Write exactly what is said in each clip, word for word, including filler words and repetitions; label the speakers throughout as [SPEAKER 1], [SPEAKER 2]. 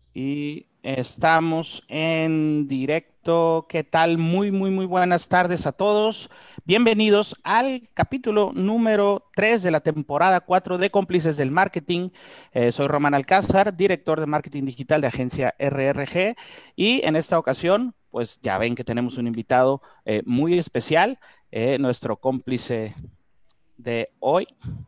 [SPEAKER 1] Y estamos en directo. ¿Qué tal? Muy, muy, muy buenas tardes a todos. Bienvenidos al capítulo número tres de la temporada cuatro de Cómplices del Marketing. Eh, soy Román Alcázar, director de marketing digital de agencia R R G. Y en esta ocasión, pues ya ven que tenemos un invitado eh, muy especial, eh, nuestro cómplice de hoy.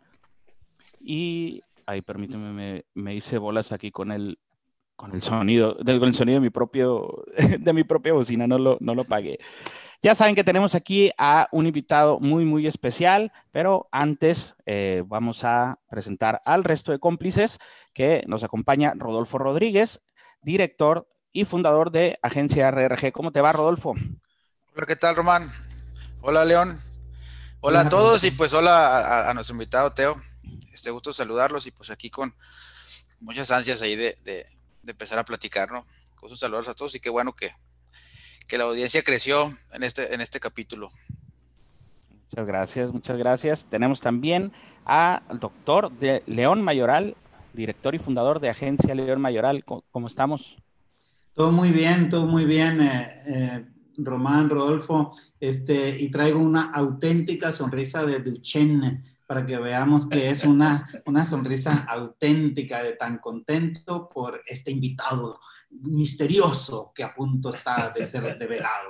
[SPEAKER 1] Y, ay, permíteme, me, me hice bolas aquí con el, con el sonido, del el sonido de mi propio, de mi propia bocina, no lo, no lo pagué. Ya saben que tenemos aquí a un invitado muy, muy especial, pero antes eh, vamos a presentar al resto de cómplices que nos acompaña Rodolfo Rodríguez, director y fundador de Agencia R R G. ¿Cómo te va, Rodolfo?
[SPEAKER 2] Hola, ¿qué tal, Román? Hola, León. Hola a
[SPEAKER 3] Hola,
[SPEAKER 2] todos y
[SPEAKER 3] Rodolfo.
[SPEAKER 2] pues hola a, a nuestro invitado Teo. Este gusto saludarlos y pues aquí con muchas ansias ahí de, de- de empezar a platicar, ¿no? Gusto saludarlos a todos y qué bueno que, que la audiencia creció en este, en este capítulo.
[SPEAKER 1] Muchas gracias, muchas gracias. Tenemos también al doctor de León Mayoral, director y fundador de Agencia León Mayoral. ¿Cómo, cómo estamos?
[SPEAKER 3] Todo muy bien, todo muy bien, eh, eh, Román, Rodolfo. Este, y traigo una auténtica sonrisa de Duchenne para que veamos que es una, una sonrisa auténtica de tan contento por este invitado misterioso que a punto está de ser develado.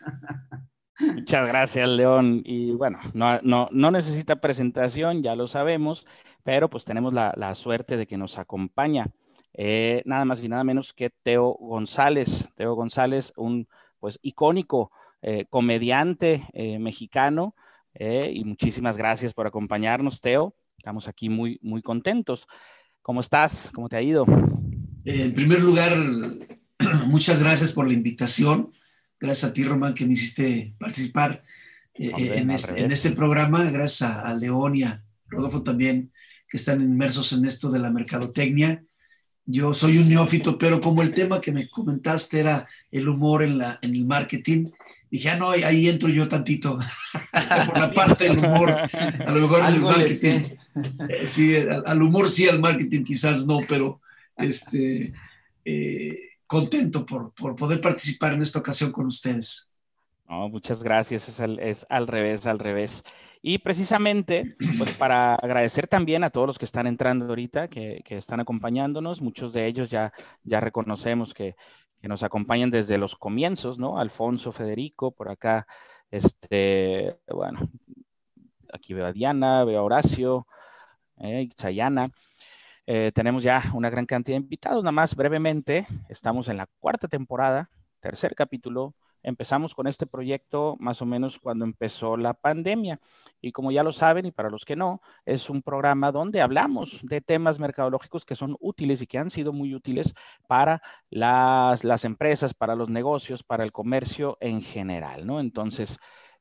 [SPEAKER 1] Muchas gracias, León. Y bueno, no, no, no necesita presentación, ya lo sabemos, pero pues tenemos la, la suerte de que nos acompaña eh, nada más y nada menos que Teo González. Teo González, un pues icónico eh, comediante eh, mexicano. Eh, y muchísimas gracias por acompañarnos, Teo. Estamos aquí muy, muy contentos. ¿Cómo estás? ¿Cómo te ha ido?
[SPEAKER 4] Eh, En primer lugar, muchas gracias por la invitación. Gracias a ti, Román, que me hiciste participar eh, eh,
[SPEAKER 1] Hombre,
[SPEAKER 4] en
[SPEAKER 1] no, al
[SPEAKER 4] este, en
[SPEAKER 1] revés.
[SPEAKER 4] este programa. Gracias a, a León y a Rodolfo también, que están inmersos en esto de la mercadotecnia. Yo soy un neófito, pero como el tema que me comentaste era el humor en, la, en el marketing, dije, ah, no, ahí, ahí entro yo tantito, por la parte del humor, a lo mejor en el
[SPEAKER 3] Algo le
[SPEAKER 4] marketing,
[SPEAKER 3] sé.
[SPEAKER 4] eh, sí, al, al, humor sí, al marketing quizás no, pero este, eh, contento por, por poder participar en esta ocasión con ustedes.
[SPEAKER 1] No, muchas gracias, es al, es al revés, al revés. Y precisamente, pues para agradecer también a todos los que están entrando ahorita, que, que están acompañándonos, muchos de ellos ya, ya reconocemos que, que nos acompañan desde los comienzos, ¿no? Alfonso, Federico, por acá, este, bueno, aquí veo a Diana, veo a Horacio, eh, Itzayana. Eh, tenemos ya una gran cantidad de invitados, nada más brevemente, estamos en la cuarta temporada, tercer capítulo. Empezamos con este proyecto más o menos cuando empezó la pandemia y como ya lo saben y para los que no, es un programa donde hablamos de temas mercadológicos que son útiles y que han sido muy útiles para las, las empresas, para los negocios, para el comercio en general, ¿no? Entonces,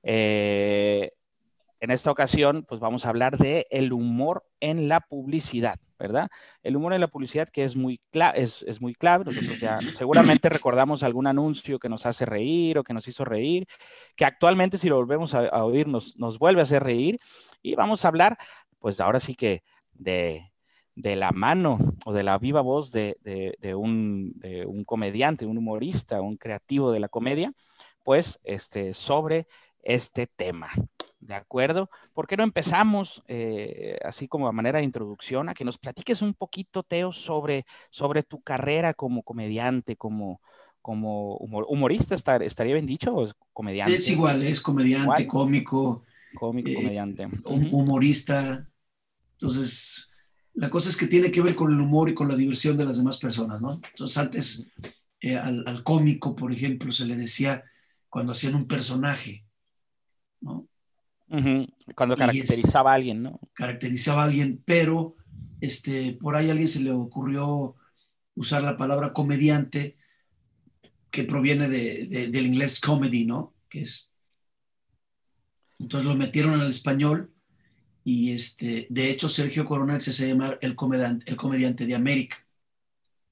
[SPEAKER 1] eh, en esta ocasión, pues vamos a hablar de el humor en la publicidad, ¿verdad? El humor en la publicidad que es muy, es, es muy clave. Nosotros ya seguramente recordamos algún anuncio que nos hace reír o que nos hizo reír, que actualmente si lo volvemos a, a oír nos, nos vuelve a hacer reír. Y vamos a hablar, pues ahora sí que de, de la mano o de la viva voz de, de, de, un, de un comediante, un humorista, un creativo de la comedia, pues este, sobre este tema. ¿De acuerdo? ¿Por qué no empezamos, eh, así como a manera de introducción, a que nos platiques un poquito, Teo, sobre, sobre tu carrera como comediante, como, como humor, humorista, estar, estaría bien dicho, o es
[SPEAKER 4] Es
[SPEAKER 1] comediante,
[SPEAKER 4] igual, es comediante,
[SPEAKER 1] igual,
[SPEAKER 4] cómico,
[SPEAKER 1] cómico,
[SPEAKER 4] eh,
[SPEAKER 1] comediante. Uh-huh.
[SPEAKER 4] humorista. Entonces, la cosa es que tiene que ver con el humor y con la diversión de las demás personas, ¿no? Entonces, antes eh, al, al, cómico, por ejemplo, se le decía cuando hacían un personaje, ¿no?
[SPEAKER 1] Uh-huh. Cuando
[SPEAKER 4] Y es,
[SPEAKER 1] caracterizaba a alguien, ¿no?
[SPEAKER 4] caracterizaba a alguien, pero este, por ahí a alguien se le ocurrió usar la palabra comediante, que proviene de, de, del inglés comedy, ¿no? Que es, entonces lo metieron al español y este, de hecho Sergio Coronel se hace llamar el comediante, el comediante de América.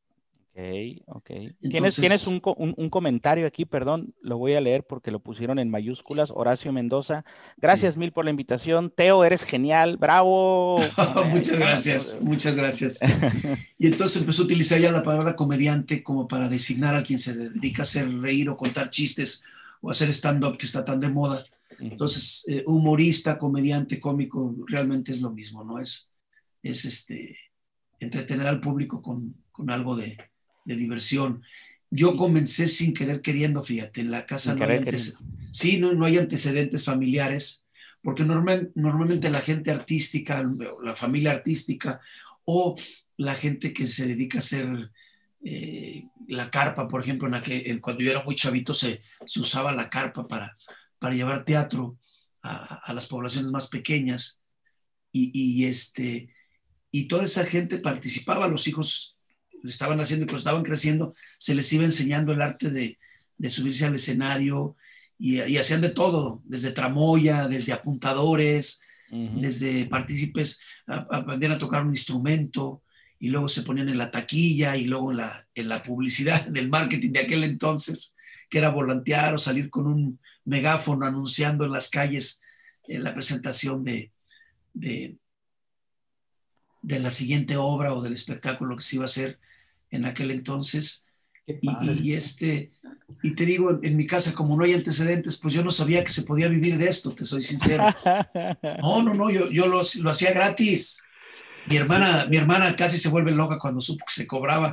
[SPEAKER 1] ok.
[SPEAKER 4] Entonces,
[SPEAKER 1] ¿Tienes, tienes un, co- un- un comentario aquí, perdón, lo voy a leer porque lo pusieron en mayúsculas. Horacio Mendoza, gracias
[SPEAKER 4] sí.
[SPEAKER 1] mil por la invitación. Teo, eres genial, bravo.
[SPEAKER 4] Muchas gracias, muchas gracias. Y entonces empezó a utilizar ya la palabra comediante como para designar a quien se dedica a hacer reír o contar chistes o hacer stand-up que está tan de moda. Entonces, eh, humorista, comediante, cómico, realmente es lo mismo, ¿no? Es, es este, entretener al público con, con algo de, de diversión. Yo comencé sin querer queriendo, fíjate, en la casa
[SPEAKER 1] Sin
[SPEAKER 4] no hay,
[SPEAKER 1] querer
[SPEAKER 4] antece
[SPEAKER 1] queriendo.
[SPEAKER 4] sí, no, no hay antecedentes familiares, porque normal, normalmente la gente artística, la familia artística o la gente que se dedica a hacer eh, la carpa, por ejemplo, en la que, en, cuando yo era muy chavito se, se usaba la carpa para, para llevar teatro a, a las poblaciones más pequeñas y, y, este, y toda esa gente participaba, los hijos lo estaban haciendo y cuando estaban creciendo se les iba enseñando el arte de, de subirse al escenario y, y hacían de todo, desde tramoya, desde apuntadores, uh-huh. desde partícipes, aprendían a tocar un instrumento y luego se ponían en la taquilla y luego en la, en la publicidad, en el marketing de aquel entonces, que era volantear o salir con un megáfono anunciando en las calles en la presentación de, de, de la siguiente obra o del espectáculo que se iba a hacer en aquel entonces. Y, y, este, y te digo, en, en mi casa, como no hay antecedentes, pues yo no sabía que se podía vivir de esto, te soy sincero. No, no, no, yo, yo lo, lo hacía gratis. Mi hermana, mi hermana casi se vuelve loca cuando supo que se cobraba.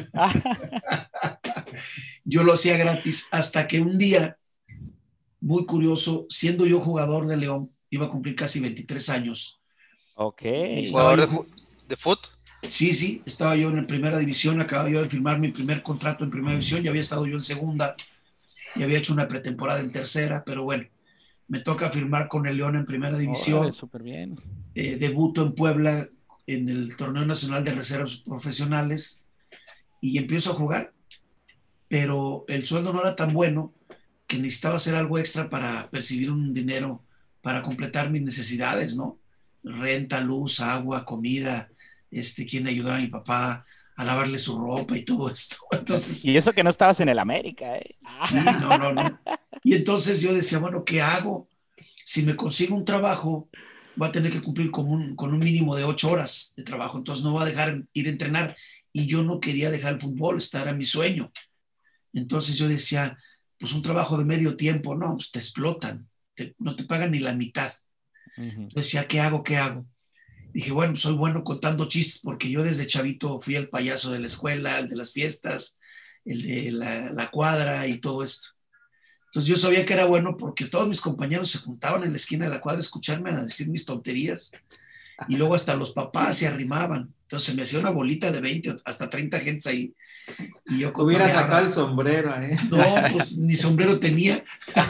[SPEAKER 4] Yo lo hacía gratis hasta que un día, muy curioso, siendo yo jugador de León, iba a cumplir casi veintitrés años.
[SPEAKER 1] Ok.
[SPEAKER 2] ¿Jugador de, fu de fútbol?
[SPEAKER 4] Sí, sí, estaba yo en primera división, acababa yo de firmar mi primer contrato en primera división, ya había estado yo en segunda y había hecho una pretemporada en tercera, pero bueno, me toca firmar con el León en primera división.
[SPEAKER 1] Órale, súper bien.
[SPEAKER 4] Eh, debuto en Puebla en el Torneo Nacional de Reservas Profesionales y empiezo a jugar, pero el sueldo no era tan bueno que necesitaba hacer algo extra para percibir un dinero para completar mis necesidades, ¿no? Renta, luz, agua, comida, este, quién ayudaba a mi papá a lavarle su ropa y todo esto. Entonces,
[SPEAKER 1] y eso que no estabas en el América, ¿eh?
[SPEAKER 4] Sí, no, no, no. Y entonces yo decía, bueno, ¿qué hago? Si me consigo un trabajo, voy a tener que cumplir con un, con un mínimo de ocho horas de trabajo, entonces no voy a dejar ir a entrenar. Y yo no quería dejar el fútbol, este era mi sueño. Entonces yo decía, pues un trabajo de medio tiempo, no, pues te explotan, te, no te pagan ni la mitad. Uh-huh. Decía, ¿qué hago? ¿Qué hago? Dije, bueno, soy bueno contando chistes porque yo desde chavito fui el payaso de la escuela, el de las fiestas, el de la, la cuadra y todo esto. Entonces yo sabía que era bueno porque todos mis compañeros se juntaban en la esquina de la cuadra a escucharme a decir mis tonterías y luego hasta los papás se arrimaban. Entonces me hacía una bolita de veinte hasta treinta gentes ahí. Y yo
[SPEAKER 3] hubiera sacado el sombrero, ¿eh?
[SPEAKER 4] No, pues ni sombrero tenía.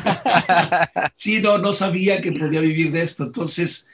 [SPEAKER 4] Sí, no, no sabía que podía vivir de esto. Entonces,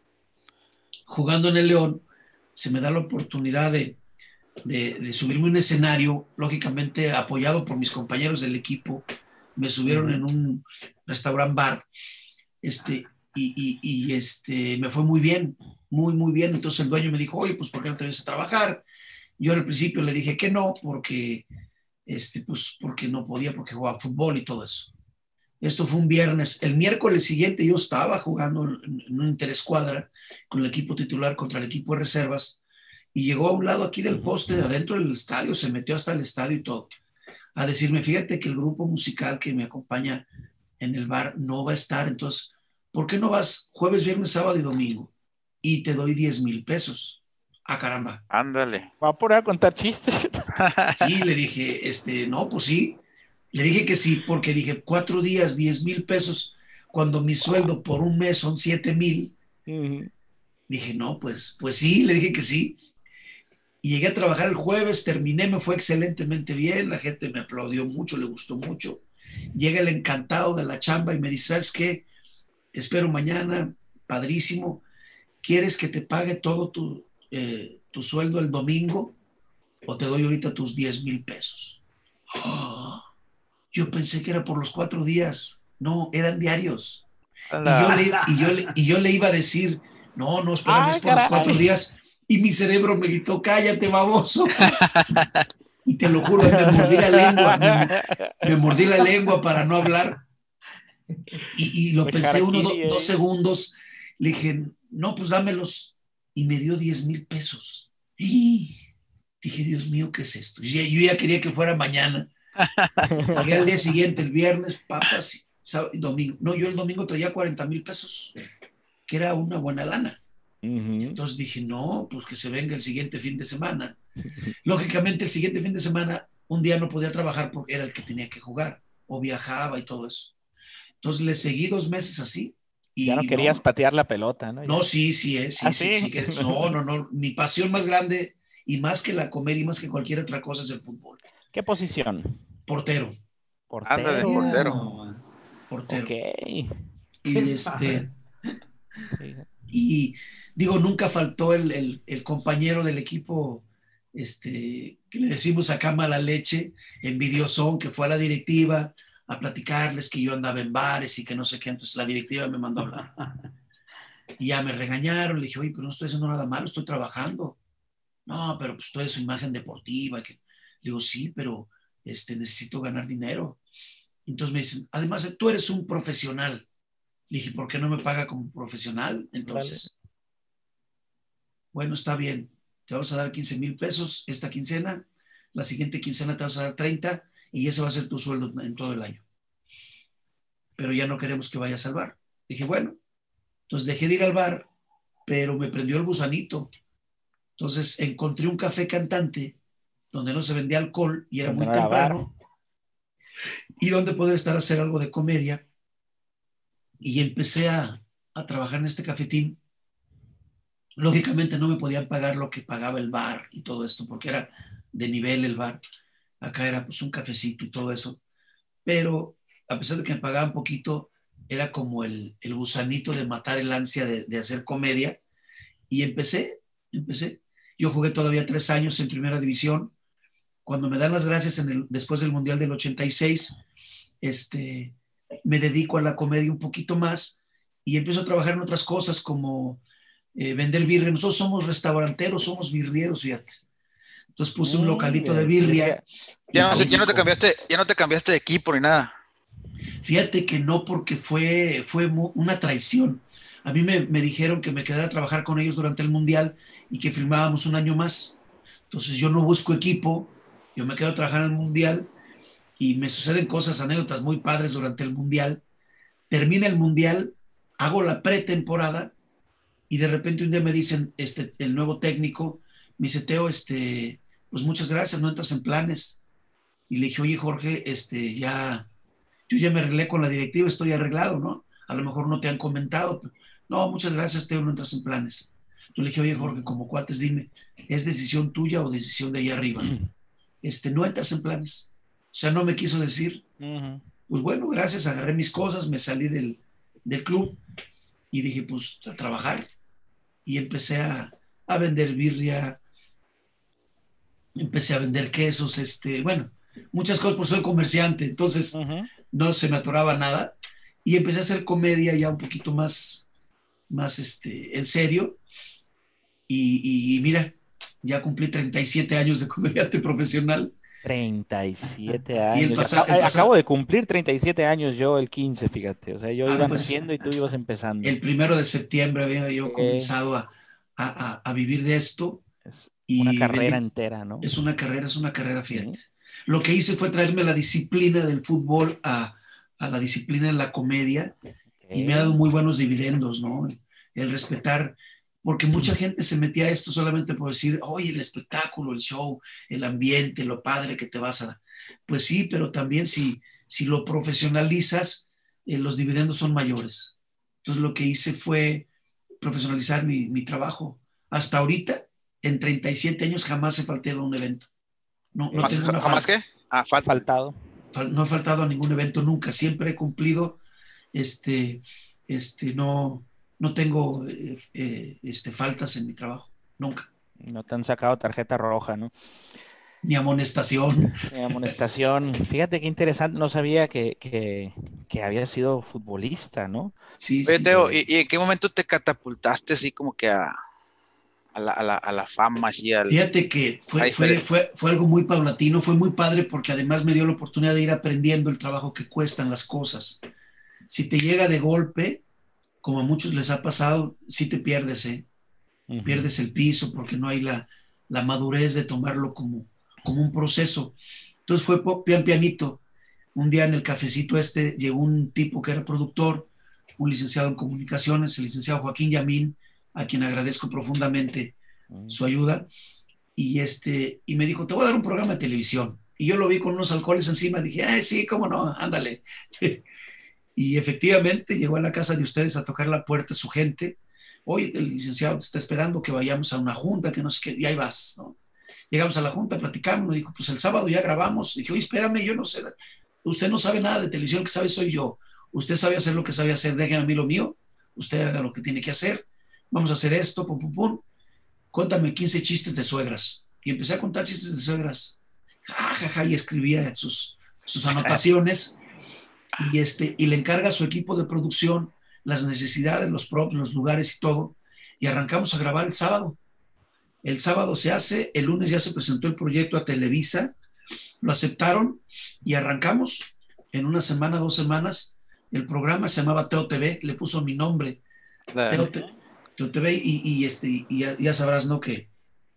[SPEAKER 4] jugando en el León, se me da la oportunidad de, de, de subirme a un escenario, lógicamente apoyado por mis compañeros del equipo. Me subieron en un restaurant bar este, y, y, y este, me fue muy bien, muy, muy bien. Entonces el dueño me dijo, oye, pues ¿por qué no te vienes a trabajar? Yo al principio le dije que no, porque, este, pues, porque no podía, porque jugaba fútbol y todo eso. Esto fue un viernes. El miércoles siguiente yo estaba jugando en, en una interescuadra con el equipo titular contra el equipo de reservas y llegó a un lado aquí del poste, adentro del estadio, se metió hasta el estadio y todo, a decirme, fíjate que el grupo musical que me acompaña en el bar no va a estar, entonces, ¿por qué no vas jueves, viernes, sábado y domingo? Y te doy diez mil pesos. Ah, caramba.
[SPEAKER 2] Ándale.
[SPEAKER 1] Va a poner a contar chistes.
[SPEAKER 4] Sí, le dije, este, no, pues sí. Le dije que sí, porque dije, cuatro días, diez mil pesos, cuando mi sueldo por un mes son siete mil. Uh-huh. Dije, no, pues, pues sí, le dije que sí. Y llegué a trabajar el jueves, terminé, me fue excelentemente bien, la gente me aplaudió mucho, le gustó mucho. Llega el encantado de la chamba y me dice, ¿sabes qué? Te espero mañana, padrísimo. ¿Quieres que te pague todo tu... Eh, tu sueldo el domingo o te doy ahorita tus diez mil pesos? Oh, yo pensé que era por los cuatro días. No, eran diarios. Y yo, le, y, yo le, y yo le iba a decir, no, no, espérame, ah, es por caray. Los cuatro días. Y mi cerebro me gritó, cállate, baboso. Y te lo juro, me mordí la lengua, me, me mordí la lengua para no hablar. Y, y lo pensé uno, do, dos segundos. Le dije, no, pues dámelos. Y me dio diez mil pesos. Y dije, Dios mío, ¿qué es esto? Yo, yo ya quería que fuera mañana. Llegué al día siguiente, el viernes, papas, sábado y domingo. No, yo el domingo traía cuarenta mil pesos, que era una buena lana. Uh-huh. Entonces dije, no, pues que se venga el siguiente fin de semana. Lógicamente, el siguiente fin de semana, un día no podía trabajar porque era el que tenía que jugar, o viajaba y todo eso. Entonces le seguí dos meses así. Y
[SPEAKER 1] ya no querías
[SPEAKER 4] no,
[SPEAKER 1] patear la pelota, ¿no?
[SPEAKER 4] No, sí, sí, eh, sí,
[SPEAKER 1] ¿Ah,
[SPEAKER 4] sí,
[SPEAKER 1] sí?
[SPEAKER 4] sí, sí. No, no, no. Mi pasión más grande y más que la comedia y más que cualquier otra cosa es el fútbol.
[SPEAKER 1] ¿Qué posición?
[SPEAKER 4] Portero.
[SPEAKER 1] Portero.
[SPEAKER 2] Anda de portero.
[SPEAKER 4] Portero.
[SPEAKER 1] Ok.
[SPEAKER 4] Y este... Y digo, nunca faltó el, el, el compañero del equipo, este, que le decimos acá mala leche, envidiosón, que fue a la directiva a platicarles que yo andaba en bares y que no sé qué. Entonces la directiva me mandó a hablar. Y ya me regañaron. Le dije, oye, pero no estoy haciendo nada malo, estoy trabajando. No, pero pues toda su imagen deportiva. Que... Le digo, sí, pero este, necesito ganar dinero. Entonces me dicen, además, tú eres un profesional. Le dije, ¿por qué no me paga como profesional? Entonces, vale. Bueno, está bien. Te vamos a dar quince mil pesos esta quincena. La siguiente quincena te vamos a dar treinta y ese va a ser tu sueldo en todo el año. Pero ya no queremos que vayas al bar. Dije, bueno. Entonces dejé de ir al bar, pero me prendió el gusanito. Entonces encontré un café cantante donde no se vendía alcohol y era muy temprano y donde poder estar a hacer algo de comedia. Y empecé a, a trabajar en este cafetín. Lógicamente no me podían pagar lo que pagaba el bar y todo esto, porque era de nivel el bar. Acá era pues un cafecito y todo eso. Pero a pesar de que me pagaban poquito, era como el, el gusanito de matar el ansia de, de hacer comedia. Y empecé, empecé. Yo jugué todavía tres años en primera división. Cuando me dan las gracias en el, después del Mundial del ochenta y seis, este, me dedico a la comedia un poquito más y empiezo a trabajar en otras cosas como eh, vender birria. Nosotros somos restauranteros, somos birrieros, fíjate. Entonces puse un localito de birria.
[SPEAKER 2] Ya no, ya no te cambiaste, ya no te cambiaste de equipo ni nada.
[SPEAKER 4] Fíjate que no, porque fue, fue una traición. A mí me, me dijeron que me quedara a trabajar con ellos durante el Mundial y que firmábamos un año más. Entonces yo no busco equipo, yo me quedo a trabajar en el Mundial y me suceden cosas, anécdotas muy padres durante el Mundial. Termina el Mundial, hago la pretemporada y de repente un día me dicen, este, el nuevo técnico, me dice, Teo, este, pues muchas gracias, no entras en planes. Y le dije, oye Jorge, este, ya, yo ya me arreglé con la directiva, estoy arreglado, ¿no? A lo mejor no te han comentado. Pero, no, muchas gracias, Teo, no entras en planes. Yo le dije, oye Jorge, como cuates, dime, ¿es decisión tuya o decisión de ahí arriba? Este, no entras en planes. O sea, no me quiso decir. Uh-huh. Pues bueno, gracias, agarré mis cosas, me salí del, del club y dije, pues a trabajar. Y empecé a, a vender birria, empecé a vender quesos, este, bueno, muchas cosas, pues soy comerciante, entonces uh-huh. no se me atoraba nada. Y empecé a hacer comedia ya un poquito más, más este, en serio. Y, y, y mira, ya cumplí treinta y siete años de comediante profesional.
[SPEAKER 1] treinta y siete años.
[SPEAKER 4] Y el pasa,
[SPEAKER 1] acabo,
[SPEAKER 4] el pasa,
[SPEAKER 1] acabo de cumplir treinta y siete años yo el quince, fíjate. O sea, yo ah, iba pues, naciendo y tú ibas empezando.
[SPEAKER 4] El primero de septiembre había yo eh, comenzado a, a, a vivir de esto.
[SPEAKER 1] Es una y carrera vendí, entera, ¿no?
[SPEAKER 4] Es una carrera, es una carrera, fíjate. Sí. Lo que hice fue traerme la disciplina del fútbol a, a la disciplina de la comedia okay. y me ha dado muy buenos dividendos, ¿no? El, el respetar... Porque mucha gente se metía a esto solamente por decir, oye, el espectáculo, el show, el ambiente, lo padre que te vas a... Pues sí, pero también si, si lo profesionalizas, eh, los dividendos son mayores. Entonces lo que hice fue profesionalizar mi, mi trabajo. Hasta ahorita, en treinta y siete años, jamás he faltado a un evento. No, no tengo una
[SPEAKER 2] ¿Jamás
[SPEAKER 4] falta.
[SPEAKER 2] qué? Ah, falta.
[SPEAKER 1] faltado.
[SPEAKER 4] Fal, no he faltado a ningún evento nunca. Siempre he cumplido, este, este, no... No tengo eh, eh, este, faltas en mi trabajo, nunca.
[SPEAKER 1] No te han sacado tarjeta roja, ¿no?
[SPEAKER 4] Ni amonestación.
[SPEAKER 1] Ni amonestación. Fíjate qué interesante, no sabía que, que, que había sido futbolista, ¿no?
[SPEAKER 4] Sí,
[SPEAKER 2] Oye,
[SPEAKER 4] sí.
[SPEAKER 2] Teo, ¿y, ¿y en qué momento te catapultaste así como que a, a la, a la, a la fama? Así, al,
[SPEAKER 4] Fíjate que fue, fue, fue, fue algo muy paulatino, fue muy padre porque además me dio la oportunidad de ir aprendiendo el trabajo que cuestan las cosas. Si te llega de golpe, como a muchos les ha pasado, sí te pierdes, ¿eh? Uh-huh. Pierdes el piso porque no hay la, la madurez de tomarlo como, como un proceso. Entonces fue pian pianito. Un día en el cafecito este llegó un tipo que era productor, un licenciado en comunicaciones, el licenciado Joaquín Yamín, a quien agradezco profundamente su ayuda, y, este, y me dijo, te voy a dar un programa de televisión. Y yo lo vi con unos alcoholes encima, dije, ay, sí, cómo no, ándale. Y efectivamente llegó a la casa de ustedes a tocar la puerta su gente. Oye, el licenciado te está esperando que vayamos a una junta, que no sé qué, y ahí vas, ¿no? Llegamos a la junta, platicamos, me dijo, pues el sábado ya grabamos. Dije, oye, espérame, yo no sé, usted no sabe nada de televisión, el que sabe soy yo. Usted sabe hacer lo que sabe hacer, déjenme a mí lo mío, usted haga lo que tiene que hacer, vamos a hacer esto, pum, pum, pum. Cuéntame quince chistes de suegras. Y empecé a contar chistes de suegras. Ja, ja, ja, y escribía sus, sus anotaciones. Y, este, y le encarga a su equipo de producción las necesidades, los props, los lugares y todo. Y arrancamos a grabar el sábado. El sábado se hace, el lunes ya se presentó el proyecto a Televisa, lo aceptaron y arrancamos. En una semana, dos semanas, el programa se llamaba Teo T V, le puso mi nombre. Teo, Teo T V y, y, este, y ya, ya sabrás, ¿no? Que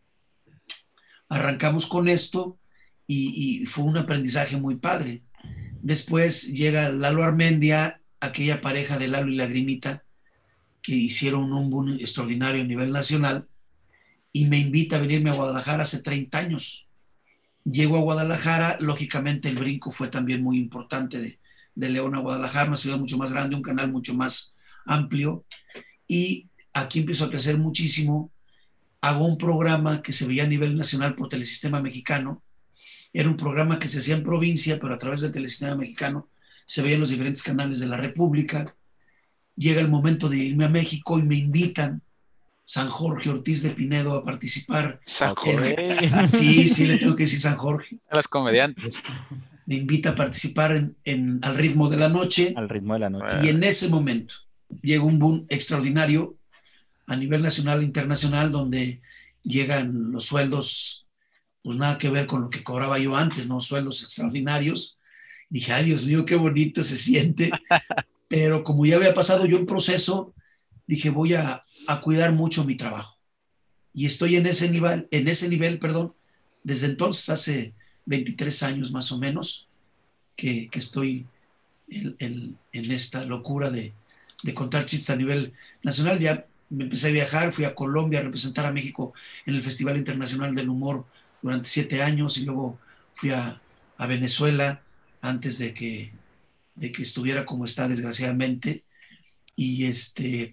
[SPEAKER 4] arrancamos con esto y, y fue un aprendizaje muy padre. Después llega Lalo Armendia, aquella pareja de Lalo y Lagrimita, que hicieron un boom extraordinario a nivel nacional, y me invita a venirme a Guadalajara hace treinta años. Llego a Guadalajara, lógicamente el brinco fue también muy importante de, de León a Guadalajara, una ciudad mucho más grande, un canal mucho más amplio, y aquí empiezo a crecer muchísimo. Hago un programa que se veía a nivel nacional por Telesistema Mexicano. Era un programa que se hacía en provincia, pero a través del Telesistema Mexicano se veía en los diferentes canales de la República. Llega el momento de irme a México y me invitan San Jorge Ortiz de Pinedo a participar.
[SPEAKER 2] San Jorge.
[SPEAKER 4] En, sí, sí, le tengo que decir San Jorge.
[SPEAKER 2] A los comediantes.
[SPEAKER 4] Me invita a participar en, en Al Ritmo de la Noche.
[SPEAKER 1] Al Ritmo de la Noche.
[SPEAKER 4] Y en ese momento llega un boom extraordinario a nivel nacional e internacional, donde llegan los sueldos, pues nada que ver con lo que cobraba yo antes, ¿no? Sueldos extraordinarios. Dije, ay, Dios mío, qué bonito se siente. Pero como ya había pasado yo un proceso, dije, voy a, a cuidar mucho mi trabajo. Y estoy en ese nivel, en ese nivel, perdón, desde entonces, hace veintitrés años más o menos, que, que estoy en, en, en esta locura de, de contar chistes a nivel nacional. Ya me empecé a viajar, fui a Colombia a representar a México en el Festival Internacional del Humor durante siete años, y luego fui a, a Venezuela antes de que, de que estuviera como está, desgraciadamente, y, este,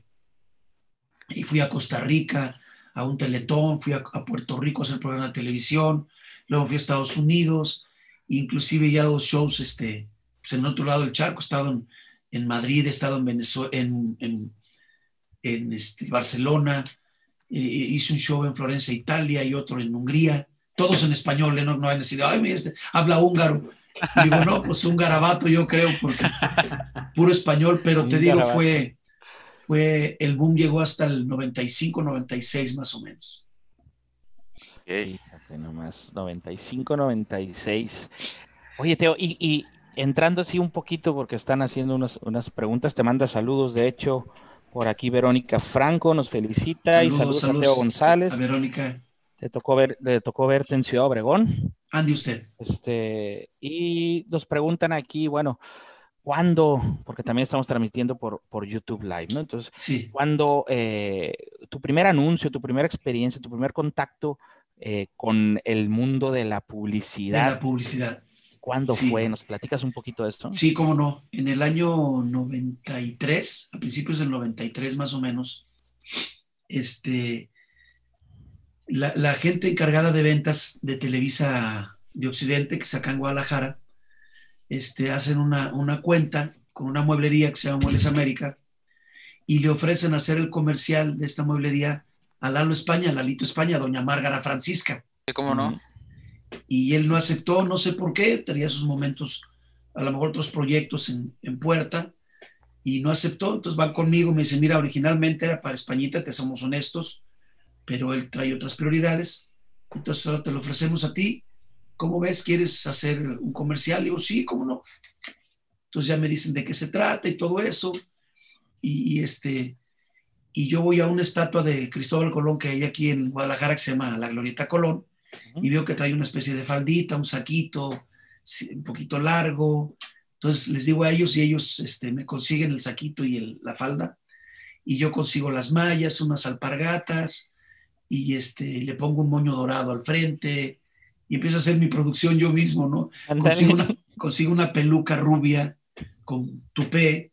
[SPEAKER 4] y fui a Costa Rica a un teletón, fui a, a Puerto Rico a hacer programa de televisión, luego fui a Estados Unidos, inclusive ya dos shows este, pues en otro lado del charco. He estado en, en Madrid, he estado en Venezuela, en, en, en este, Barcelona, eh, hice un show en Florencia, Italia, y otro en Hungría, todos en español, ¿eh? No, no hay necesidad, ay, este, habla húngaro. Y digo, no, pues un garabato yo creo, porque puro español, pero te digo, fue, fue, el boom llegó hasta el noventa y cinco, noventa y seis más o menos.
[SPEAKER 1] Okay. Fíjate nomás, noventa y cinco, noventa y seis. Oye, Teo, y, y entrando así un poquito, porque están haciendo unas, unas preguntas, te manda saludos, de hecho, por aquí Verónica Franco nos felicita, saludos, y saludos, saludos a Teo González.
[SPEAKER 4] A Verónica.
[SPEAKER 1] Te tocó, ver, te tocó verte en Ciudad Obregón.
[SPEAKER 4] Ande usted.
[SPEAKER 1] Este, y nos preguntan aquí, bueno, ¿cuándo? Porque también estamos transmitiendo por, por YouTube Live, ¿no? Entonces,
[SPEAKER 4] sí.
[SPEAKER 1] ¿cuándo eh, tu primer anuncio, tu primera experiencia, tu primer contacto eh, con el mundo de la publicidad?
[SPEAKER 4] De la publicidad.
[SPEAKER 1] ¿Cuándo
[SPEAKER 4] sí.
[SPEAKER 1] fue? ¿Nos platicas un poquito de esto?
[SPEAKER 4] Sí, cómo no. En el año noventa y tres, a principios del noventa y tres más o menos, este... La, la gente encargada de ventas de Televisa de Occidente, que está acá en Guadalajara, este, hacen una, una cuenta con una mueblería que se llama Muebles América, y le ofrecen hacer el comercial de esta mueblería a Lalo España, a Lalito España, a doña Márgara Francisca.
[SPEAKER 2] ¿Cómo no?
[SPEAKER 4] Y él no aceptó, no sé por qué, tenía sus momentos, a lo mejor otros proyectos en, en puerta, y no aceptó. Entonces van conmigo, me dicen, mira, originalmente era para Españita, que somos honestos, pero él trae otras prioridades. Entonces ahora te lo ofrecemos a ti. ¿Cómo ves? ¿Quieres hacer un comercial? Y digo, sí, ¿cómo no? Entonces ya me dicen de qué se trata y todo eso. Y, y, este, y yo voy a una estatua de Cristóbal Colón que hay aquí en Guadalajara que se llama la Glorieta Colón, y veo que trae una especie de faldita, un saquito un poquito largo. Entonces les digo a ellos y ellos este, me consiguen el saquito y el, la falda, y yo consigo las mallas, unas alpargatas, y este, le pongo un moño dorado al frente y empiezo a hacer mi producción yo mismo, ¿no? Consigo una, consigo una peluca rubia con tupé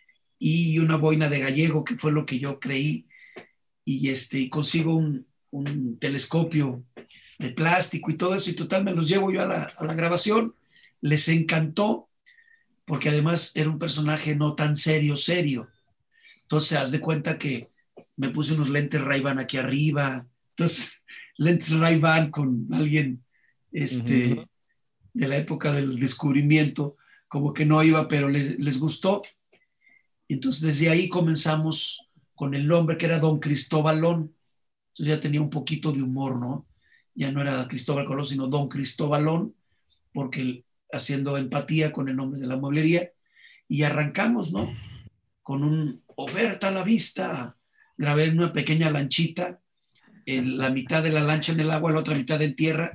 [SPEAKER 4] y una boina de gallego, que fue lo que yo creí, y, este, y consigo un, un telescopio de plástico y todo eso, y total me los llevo yo a la, a la grabación. Les encantó, porque además era un personaje no tan serio, serio. Entonces, haz de cuenta que me puse unos lentes Ray-Ban aquí arriba. Entonces, lentes Ray-Ban con alguien este, uh-huh. de la época del descubrimiento, como que no iba, pero les, les gustó. Entonces, desde ahí comenzamos con el nombre, que era Don Cristóbalón. Entonces ya tenía un poquito de humor, ¿no? Ya no era Cristóbal Colón, sino Don Cristóbalón, porque haciendo empatía con el nombre de la mueblería. Y arrancamos, ¿no? Con un oferta a la vista. Grabé en una pequeña lanchita, en la mitad de la lancha en el agua, la otra mitad en tierra,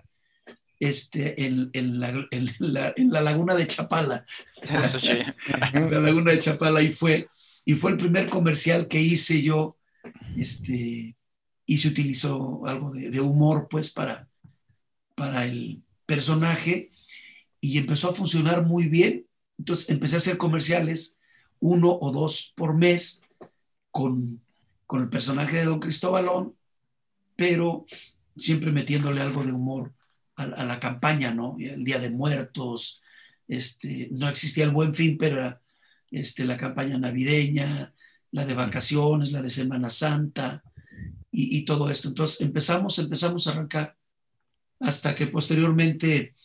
[SPEAKER 4] este, en, en, la, en, la, en la laguna de Chapala.
[SPEAKER 2] Eso sí.
[SPEAKER 4] La laguna de Chapala, y fue, y fue el primer comercial que hice yo, este, y se utilizó algo de, de humor, pues, para, para el personaje, y empezó a funcionar muy bien. Entonces empecé a hacer comerciales, uno o dos por mes, con, con el personaje de Don Cristóbalón, pero siempre metiéndole algo de humor a, a la campaña, ¿no? El Día de Muertos, este, no existía el Buen Fin, pero era este, la campaña navideña, la de vacaciones, la de Semana Santa, y, y todo esto. Entonces empezamos, empezamos a arrancar, hasta que posteriormente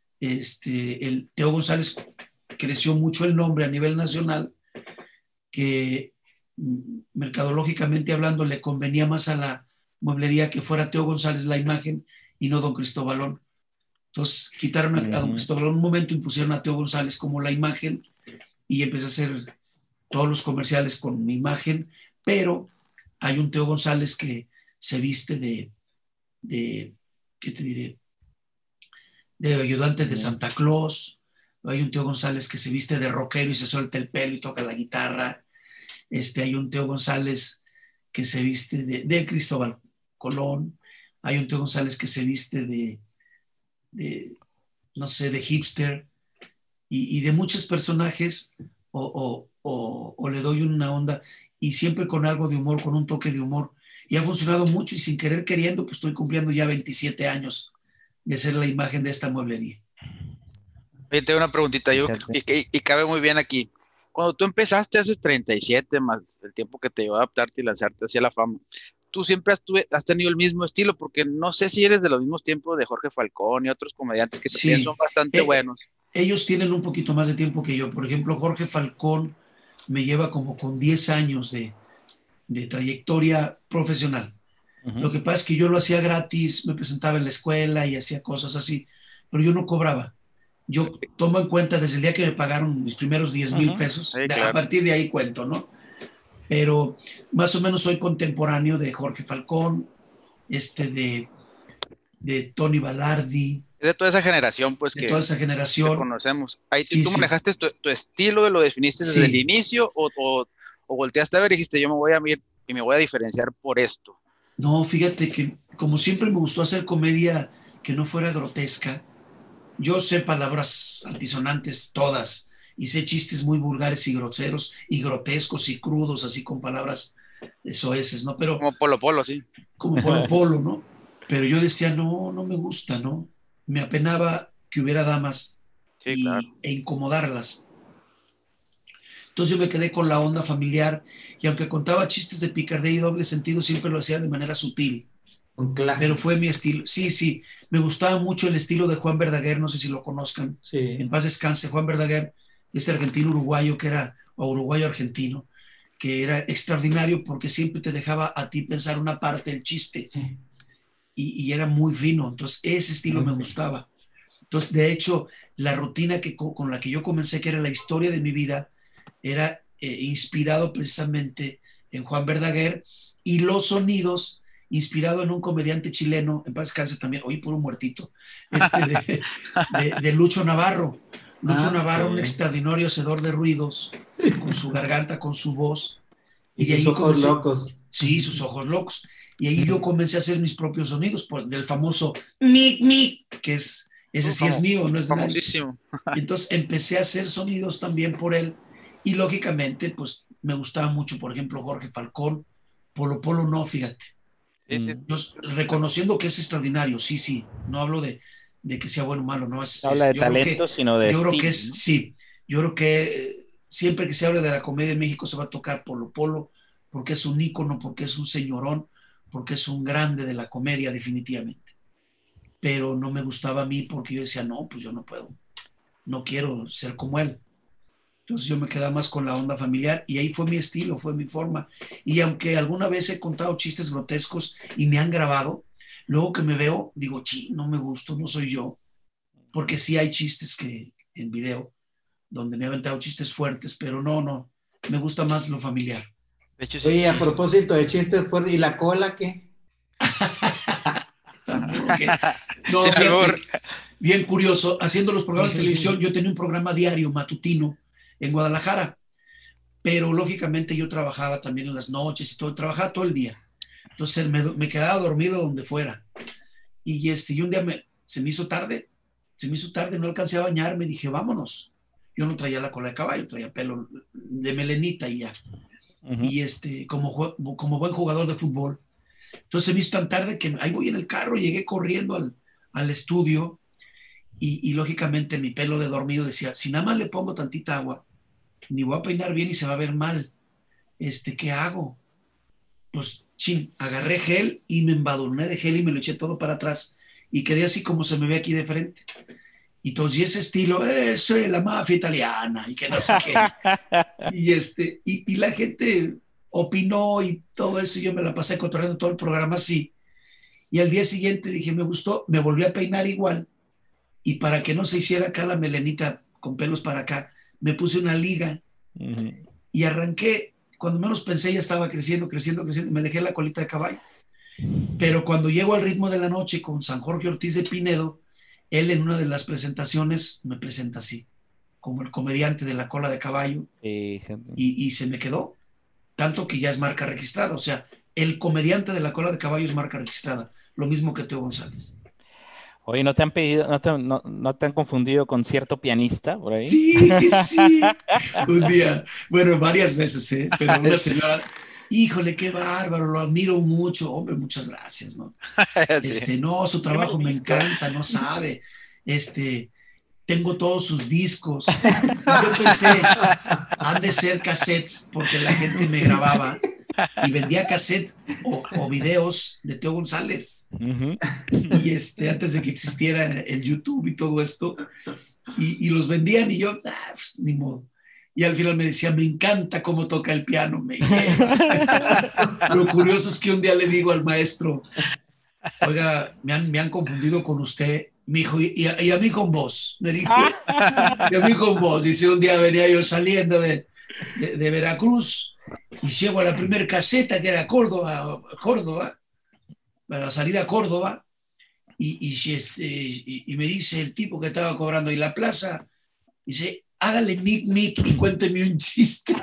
[SPEAKER 4] este, el Teo González creció mucho el nombre a nivel nacional, que mercadológicamente hablando le convenía más a la mueblería que fuera Teo González la imagen y no Don Cristóbalón. Entonces quitaron a, a Don Cristóbalón un momento, impusieron a Teo González como la imagen, y empecé a hacer todos los comerciales con mi imagen, pero hay un Teo González que se viste de, de ¿qué te diré? De ayudante de Santa Claus. Hay un Teo González que se viste de rockero y se suelta el pelo y toca la guitarra. Este, hay un Teo González que se viste de, de Cristóbal Colón. Hay un Teo González que se viste de, de no sé, de hipster, y, y de muchos personajes, o, o, o, o le doy una onda, y siempre con algo de humor, con un toque de humor, y ha funcionado mucho, y sin querer queriendo, pues estoy cumpliendo ya veintisiete años de ser la imagen de esta mueblería.
[SPEAKER 2] Oye, tengo una preguntita, yo, y, y, y cabe muy bien aquí. Cuando tú empezaste hace treinta y siete, más el tiempo que te llevó a adaptarte y lanzarte hacia la fama, tú siempre has, tuve, has tenido el mismo estilo, porque no sé si eres de los mismos tiempos de Jorge Falcón y otros comediantes que también sí, son bastante eh, buenos.
[SPEAKER 4] Ellos tienen un poquito más de tiempo que yo. Por ejemplo, Jorge Falcón me lleva como con diez años de, de trayectoria profesional. Uh-huh. Lo que pasa es que yo lo hacía gratis, me presentaba en la escuela y hacía cosas así, pero yo no cobraba. Yo tomo en cuenta desde el día que me pagaron mis primeros diez mil uh-huh. pesos, sí, claro. A partir de ahí cuento, ¿no? Pero más o menos soy contemporáneo de Jorge Falcón, este de, de Tony Balardi.
[SPEAKER 2] De toda esa generación, pues,
[SPEAKER 4] de
[SPEAKER 2] que,
[SPEAKER 4] toda esa generación.
[SPEAKER 2] que conocemos. Ahí
[SPEAKER 4] sí,
[SPEAKER 2] tú
[SPEAKER 4] sí.
[SPEAKER 2] manejaste tu, tu estilo, lo definiste desde sí. el inicio, o, o, o volteaste a ver y dijiste, yo me voy a ir y me voy a diferenciar por esto.
[SPEAKER 4] No, fíjate que como siempre me gustó hacer comedia que no fuera grotesca. Yo sé palabras altisonantes todas, y sé chistes muy vulgares y groseros y grotescos y crudos, así con palabras soeces, ¿no? Pero
[SPEAKER 2] como Polo Polo, sí.
[SPEAKER 4] Como Polo Polo, ¿no? Pero yo decía, no, no me gusta, ¿no? Me apenaba que hubiera damas
[SPEAKER 2] sí,
[SPEAKER 4] y,
[SPEAKER 2] claro.
[SPEAKER 4] e incomodarlas. Entonces yo me quedé con la onda familiar, y aunque contaba chistes de picardía y doble sentido, siempre lo hacía de manera sutil.
[SPEAKER 3] Un clásico.
[SPEAKER 4] Pero fue mi estilo. Sí, sí, me gustaba mucho el estilo de Juan Verdaguer, no sé si lo conozcan.
[SPEAKER 3] Sí.
[SPEAKER 4] En paz descanse, Juan Verdaguer, este argentino uruguayo que era, o uruguayo argentino, que era extraordinario porque siempre te dejaba a ti pensar una parte del chiste y, y era muy fino. Entonces, ese estilo me gustaba. Entonces, de hecho, la rutina que, con la que yo comencé, que era la historia de mi vida, era eh, inspirado precisamente en Juan Verdaguer, y los sonidos inspirado en un comediante chileno, en paz descanse también, oye, puro muertito, este de, de, de Lucho Navarro. Lucho ah, Navarro, sí. Un extraordinario hacedor de ruidos, con su garganta, con su voz.
[SPEAKER 3] Y, y sus ahí ojos comencé, locos.
[SPEAKER 4] Sí, sus ojos locos. Y ahí yo comencé a hacer mis propios sonidos, por, del famoso mic, mic, que es, ese sí es mío, no es de nadie. Y entonces empecé a hacer sonidos también por él. Y lógicamente, pues me gustaba mucho, por ejemplo, Jorge Falcón, Polo Polo no, fíjate. Sí, sí. Yo, reconociendo que es extraordinario, sí, sí, no hablo de, de que sea bueno o malo, no es.
[SPEAKER 1] No habla
[SPEAKER 4] es,
[SPEAKER 1] de talento,
[SPEAKER 4] que,
[SPEAKER 1] sino de
[SPEAKER 4] Yo
[SPEAKER 1] estilo,
[SPEAKER 4] creo que es,
[SPEAKER 1] ¿no?
[SPEAKER 4] sí, yo creo que eh, siempre que se habla de la comedia en México se va a tocar Polo Polo, porque es un ícono, porque es un señorón, porque es un grande de la comedia, definitivamente. Pero no me gustaba a mí porque yo decía, no, pues yo no puedo, no quiero ser como él. Entonces yo me quedaba más con la onda familiar y ahí fue mi estilo, fue mi forma. Y aunque alguna vez he contado chistes grotescos y me han grabado, luego que me veo, digo, sí, no me gusto, no soy yo. Porque sí hay chistes que en video donde me he aventado chistes fuertes, pero no, no, me gusta más lo familiar.
[SPEAKER 3] De hecho, sí, Oye, sí, a propósito sí. de chistes fuertes, ¿y la cola qué?
[SPEAKER 4] No, fíjate, bien curioso, haciendo los programas de televisión, yo tenía un programa diario matutino en Guadalajara, pero lógicamente yo trabajaba también en las noches y todo, trabajaba todo el día, entonces me, me quedaba dormido donde fuera, y, este, y un día me, se me hizo tarde, se me hizo tarde, no alcancé a bañarme, dije, vámonos, yo no traía la cola de caballo, traía pelo de melenita y ya, uh-huh. y este, como, como buen jugador de fútbol, entonces se me hizo tan tarde que ahí voy en el carro, llegué corriendo al, al estudio, y, y lógicamente mi pelo de dormido decía, si nada más le pongo tantita agua, ni voy a peinar bien y se va a ver mal. Este, ¿qué hago? Pues, chin, agarré gel y me embadurné de gel y me lo eché todo para atrás y quedé así como se me ve aquí de frente. Y entonces, y ese estilo, eh, soy la mafia italiana y que no sé qué. y, este, y, y la gente opinó y todo eso, y yo me la pasé controlando todo el programa así. Y al día siguiente dije, me gustó, me volví a peinar igual. Y para que no se hiciera acá la melenita con pelos para acá, me puse una liga uh-huh. y arranqué, cuando menos pensé ya estaba creciendo, creciendo, creciendo, me dejé la colita de caballo. Pero cuando llego al ritmo de la noche con San Jorge Ortiz de Pinedo, él en una de las presentaciones me presenta así, como el comediante de la cola de caballo, y, y se me quedó, tanto que ya es marca registrada, o sea, el comediante de la cola de caballo es marca registrada, lo mismo que Teo González.
[SPEAKER 1] Oye, ¿no te han pedido, no te, no, no te han confundido con cierto pianista por ahí?
[SPEAKER 4] Sí, sí. Un día, bueno, varias veces, ¿eh? Pero una señora, híjole, qué bárbaro, lo admiro mucho. Hombre, muchas gracias, ¿no? Sí. Este, no, su trabajo me encanta, no sabe. Este, tengo todos sus discos. Yo pensé, han de ser cassettes, porque la gente me grababa y vendía cassette o, o videos de Teo González. Uh-huh. Y este, antes de que existiera el YouTube y todo esto, y, y los vendían y yo, ah, pues, ni modo. Y al final me decía, me encanta cómo toca el piano. Me Lo curioso es que un día le digo al maestro, oiga, me han, me han confundido con usted. Me dijo, y, y, a, y a mí con vos. Me dijo, y a mí con vos. Dice, un día venía yo saliendo de, de, de Veracruz y llego a la primera caseta que era Córdoba, Córdoba, para salir a Córdoba, y, y, y, y me dice el tipo que estaba cobrando ahí la plaza, dice, hágale mic, mic y cuénteme un chiste.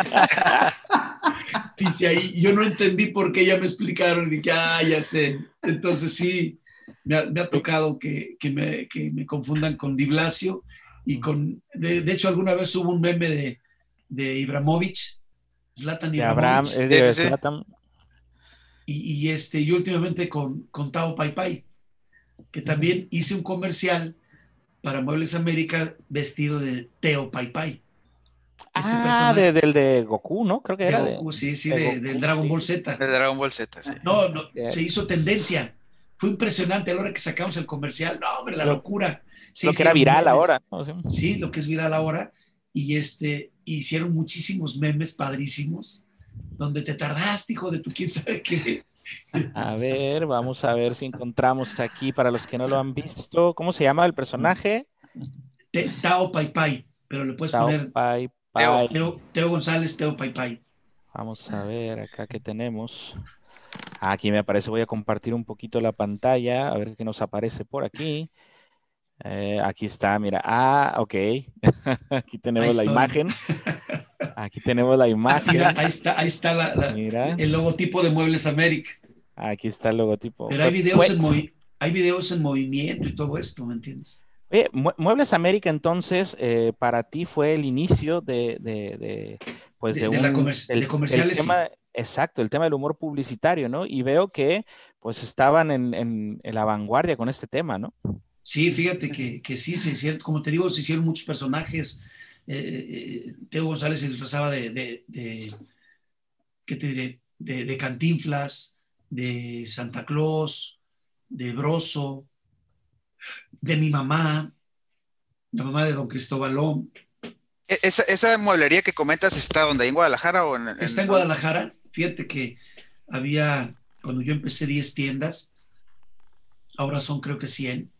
[SPEAKER 4] Dice ahí, yo no entendí por qué ya me explicaron, y dije, ah, ya sé. Entonces sí, me ha, me ha tocado que, que, me, que me confundan con Di Blasio, y con, de, de hecho alguna vez hubo un meme de, de Ibrahimovic, Zlatan
[SPEAKER 1] de Abraham,
[SPEAKER 4] Ibrahimovic,
[SPEAKER 1] eh, de Zlatan.
[SPEAKER 4] Y, y, este, y últimamente con, con Tao Pai Pai, que también hice un comercial para Muebles América vestido de Teo Pai Pai.
[SPEAKER 1] Este ah, de, del de Goku, ¿no? Creo que
[SPEAKER 4] de
[SPEAKER 1] era.
[SPEAKER 4] Goku,
[SPEAKER 1] de,
[SPEAKER 4] sí, sí,
[SPEAKER 1] de
[SPEAKER 4] de,
[SPEAKER 1] Goku,
[SPEAKER 4] del Dragon
[SPEAKER 1] sí.
[SPEAKER 4] Ball Z.
[SPEAKER 2] De Dragon Ball Z, sí.
[SPEAKER 4] No, no, yeah. Se hizo tendencia. Fue impresionante a la hora que sacamos el comercial. No, hombre, la lo, locura.
[SPEAKER 1] Se lo que era viral
[SPEAKER 4] memes.
[SPEAKER 1] Ahora. ¿No?
[SPEAKER 4] Sí, lo que es viral ahora. Y este, hicieron muchísimos memes padrísimos. donde te tardaste, hijo de tu quién sabe qué.
[SPEAKER 1] A ver, vamos a ver si encontramos aquí para los que no lo han visto. ¿Cómo se llama el personaje?
[SPEAKER 4] Te, Tao Pai Pai, pero le puedes
[SPEAKER 1] Tao
[SPEAKER 4] poner
[SPEAKER 1] Pai
[SPEAKER 2] Teo.
[SPEAKER 1] Pai.
[SPEAKER 4] Teo, Teo González, Teo Pai Pai.
[SPEAKER 1] Vamos a ver acá qué tenemos. Ah, aquí me aparece, voy a compartir un poquito la pantalla, a ver qué nos aparece por aquí. Eh, aquí está, mira. Ah, ok. Aquí
[SPEAKER 4] Ahí
[SPEAKER 1] tenemos la
[SPEAKER 4] estoy.
[SPEAKER 1] imagen. Aquí tenemos la
[SPEAKER 4] Ah,
[SPEAKER 1] imagen.
[SPEAKER 4] mira, ahí está, ahí está la, la,
[SPEAKER 1] Mira,
[SPEAKER 4] el logotipo de Muebles América.
[SPEAKER 1] aquí está el logotipo.
[SPEAKER 4] Pero hay
[SPEAKER 1] Fue,
[SPEAKER 4] videos
[SPEAKER 1] fue,
[SPEAKER 4] en movi- hay videos en movimiento y todo esto, ¿me entiendes?
[SPEAKER 1] Oye, Mue- Muebles América, entonces, eh, para ti fue el inicio de, de, de, pues
[SPEAKER 4] De,
[SPEAKER 1] de
[SPEAKER 4] de la
[SPEAKER 1] un,
[SPEAKER 4] comer-
[SPEAKER 1] el,
[SPEAKER 4] de
[SPEAKER 1] el
[SPEAKER 4] comerciales, sí.
[SPEAKER 1] tema, exacto, el tema del humor publicitario, ¿no? Y veo que, pues, estaban en, en, en la vanguardia con este tema, ¿no?
[SPEAKER 4] Sí, fíjate que, que sí, se hicieron, como te digo, se hicieron muchos personajes. Eh, eh, Teo González se disfrazaba de, de, de ¿qué te diré? De, de Cantinflas, de Santa Claus, de Broso, de mi mamá, la mamá de don Cristóbalón.
[SPEAKER 2] E- Esa, esa mueblería que comentas está donde, en Guadalajara o en, en-
[SPEAKER 4] Está en Guadalajara. Fíjate que había, cuando yo empecé diez tiendas, ahora son creo que cien.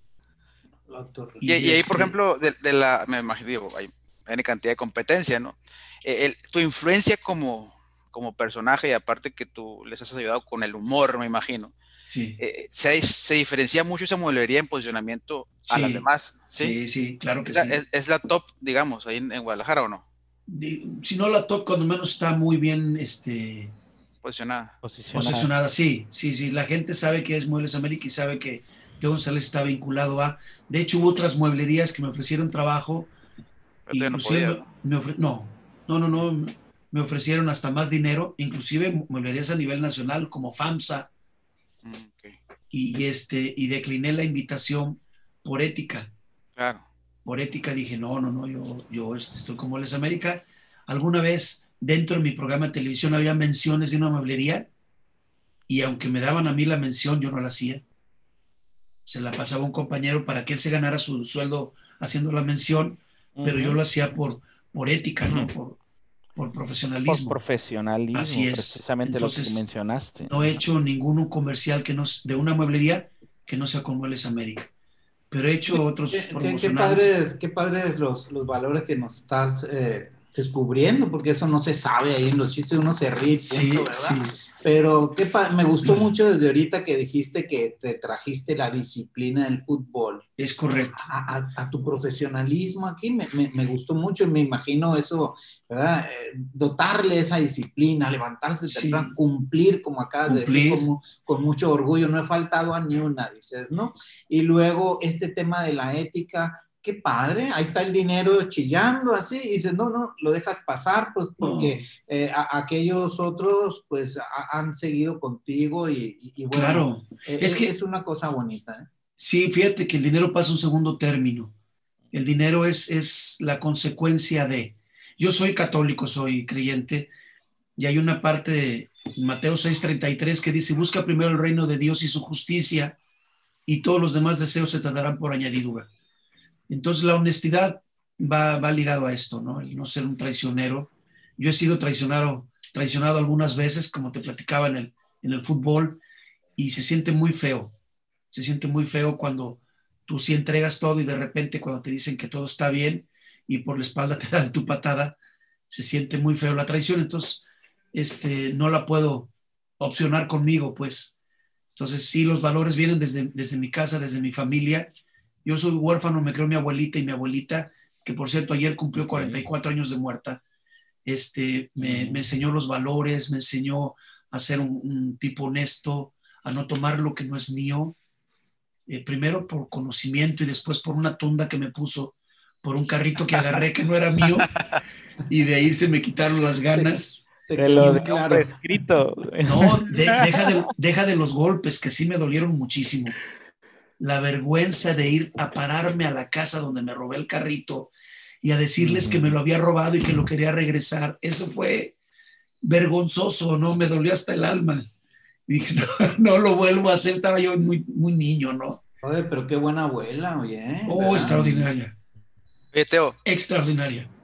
[SPEAKER 2] Y, y ahí, por
[SPEAKER 4] este,
[SPEAKER 2] ejemplo, de, de la, me imagino, digo, hay N cantidad de competencia, ¿no? Eh, el- tu influencia como, como personaje, y aparte que tú les has ayudado con el humor, me imagino,
[SPEAKER 4] Sí,
[SPEAKER 2] eh, se, se diferencia mucho esa mueblería en posicionamiento a las
[SPEAKER 4] sí,
[SPEAKER 2] demás, ¿sí?
[SPEAKER 4] sí, sí, claro que
[SPEAKER 2] Es la,
[SPEAKER 4] sí.
[SPEAKER 2] es, es la top, digamos, ahí en, en Guadalajara, ¿o no?
[SPEAKER 4] De- si no la top, cuando menos está muy bien este,
[SPEAKER 2] Posicionada.
[SPEAKER 1] Posicionada.
[SPEAKER 4] posesionada. Sí, sí, sí. La gente sabe que es Muebles América y sabe que Teo González está vinculado a. De hecho, hubo otras mueblerías que me ofrecieron trabajo.
[SPEAKER 2] Pero todavía no
[SPEAKER 4] Inclusive
[SPEAKER 2] podía,
[SPEAKER 4] me, me ofre- no, no, no, no. Me ofrecieron hasta más dinero, inclusive mueblerías a nivel nacional como FAMSA.
[SPEAKER 2] ¿no? Mm, ok,
[SPEAKER 4] Y, y este, y decliné la invitación por ética.
[SPEAKER 2] claro.
[SPEAKER 4] Por ética dije, no, no, no, yo, yo este, estoy con Muebles América. Alguna vez dentro de mi programa de televisión había menciones de una mueblería y aunque me daban a mí la mención, yo no la hacía. Se la pasaba a un compañero para que él se ganara su sueldo haciendo la mención, pero
[SPEAKER 1] Ujú.
[SPEAKER 4] yo lo hacía por, por ética, ¿no?
[SPEAKER 1] Ujú.
[SPEAKER 4] Por, por
[SPEAKER 1] Por
[SPEAKER 4] profesionalismo.
[SPEAKER 1] profesionalismo,
[SPEAKER 4] Así es.
[SPEAKER 1] precisamente lo que
[SPEAKER 4] Entonces,
[SPEAKER 1] mencionaste.
[SPEAKER 4] no he hecho ningún comercial que no, de una mueblería que no sea con Muebles América. Pero he hecho otros
[SPEAKER 3] Qué, qué, qué
[SPEAKER 4] promocionales.
[SPEAKER 3] padres, qué padres los, los valores que nos estás eh, descubriendo, porque eso no se sabe ahí en los chistes, uno se ríe, punto,
[SPEAKER 4] Sí,
[SPEAKER 3] ¿verdad?
[SPEAKER 4] sí.
[SPEAKER 3] Pero qué pa- me gustó mucho desde ahorita que dijiste que te trajiste la disciplina del fútbol
[SPEAKER 4] Es correcto.
[SPEAKER 3] a, a- a tu profesionalismo aquí, me, me, me gustó mucho y me imagino eso, ¿verdad? Eh, dotarle esa disciplina, levantarse
[SPEAKER 4] Sí.
[SPEAKER 3] temprano, cumplir, como acabas de decir,
[SPEAKER 4] Cumplir.
[SPEAKER 3] con, mu- con mucho orgullo, no he faltado a ni una, dices, ¿no? Y luego este tema de la ética, qué padre, ahí está el dinero chillando así, y dices, no, no, lo dejas pasar, pues porque eh, a- aquellos otros, pues, ha- han seguido contigo y, y- y bueno,
[SPEAKER 4] Claro.
[SPEAKER 3] eh,
[SPEAKER 4] Es
[SPEAKER 3] es,
[SPEAKER 4] que-
[SPEAKER 3] es una cosa bonita, ¿eh?
[SPEAKER 4] Sí, fíjate que el dinero pasa a un segundo término. El dinero es, es la consecuencia de... Yo soy católico, soy creyente, y hay una parte de Mateo seis treinta y tres que dice, busca primero el reino de Dios y su justicia, y todos los demás deseos se te darán por añadidura. Entonces la honestidad va, va ligado a esto, ¿no? El no ser un traicionero. Yo he sido traicionado, traicionado algunas veces, como te platicaba en el, en el fútbol, y se siente muy feo. Se siente muy feo cuando tú sí entregas todo y de repente cuando te dicen que todo está bien y por la espalda te dan tu patada, se siente muy feo la traición. Entonces, este, no la puedo opcionar conmigo, pues. Entonces, sí, los valores vienen desde, desde mi casa, desde mi familia. Yo soy huérfano, me creó mi abuelita y mi abuelita, que por cierto ayer cumplió cuarenta y cuatro años de muerta, este, me, me enseñó los valores, me enseñó a ser un, un tipo honesto, a no tomar lo que no es mío, eh, primero por conocimiento y después por una tunda que me puso, por un carrito que agarré que no era mío, y de ahí se me quitaron las ganas.
[SPEAKER 3] Te
[SPEAKER 1] Te
[SPEAKER 3] quedó
[SPEAKER 1] lo
[SPEAKER 3] muy
[SPEAKER 1] dejo
[SPEAKER 3] claro.
[SPEAKER 1] prescrito.
[SPEAKER 4] No, de, deja, de, deja de los golpes, que sí me dolieron muchísimo. La vergüenza de ir a pararme a la casa donde me robé el carrito y a decirles
[SPEAKER 1] Ujú.
[SPEAKER 4] que me lo había robado y que lo quería regresar. Eso fue vergonzoso, ¿no? Me dolió hasta el alma. Y dije, no, no lo vuelvo a hacer. Estaba yo muy, muy niño, ¿no?
[SPEAKER 3] Oye, pero qué buena abuela, oye.
[SPEAKER 4] Oh,
[SPEAKER 3] ¿verdad?
[SPEAKER 4] extraordinaria.
[SPEAKER 2] Oye, Teo,
[SPEAKER 4] Extraordinaria.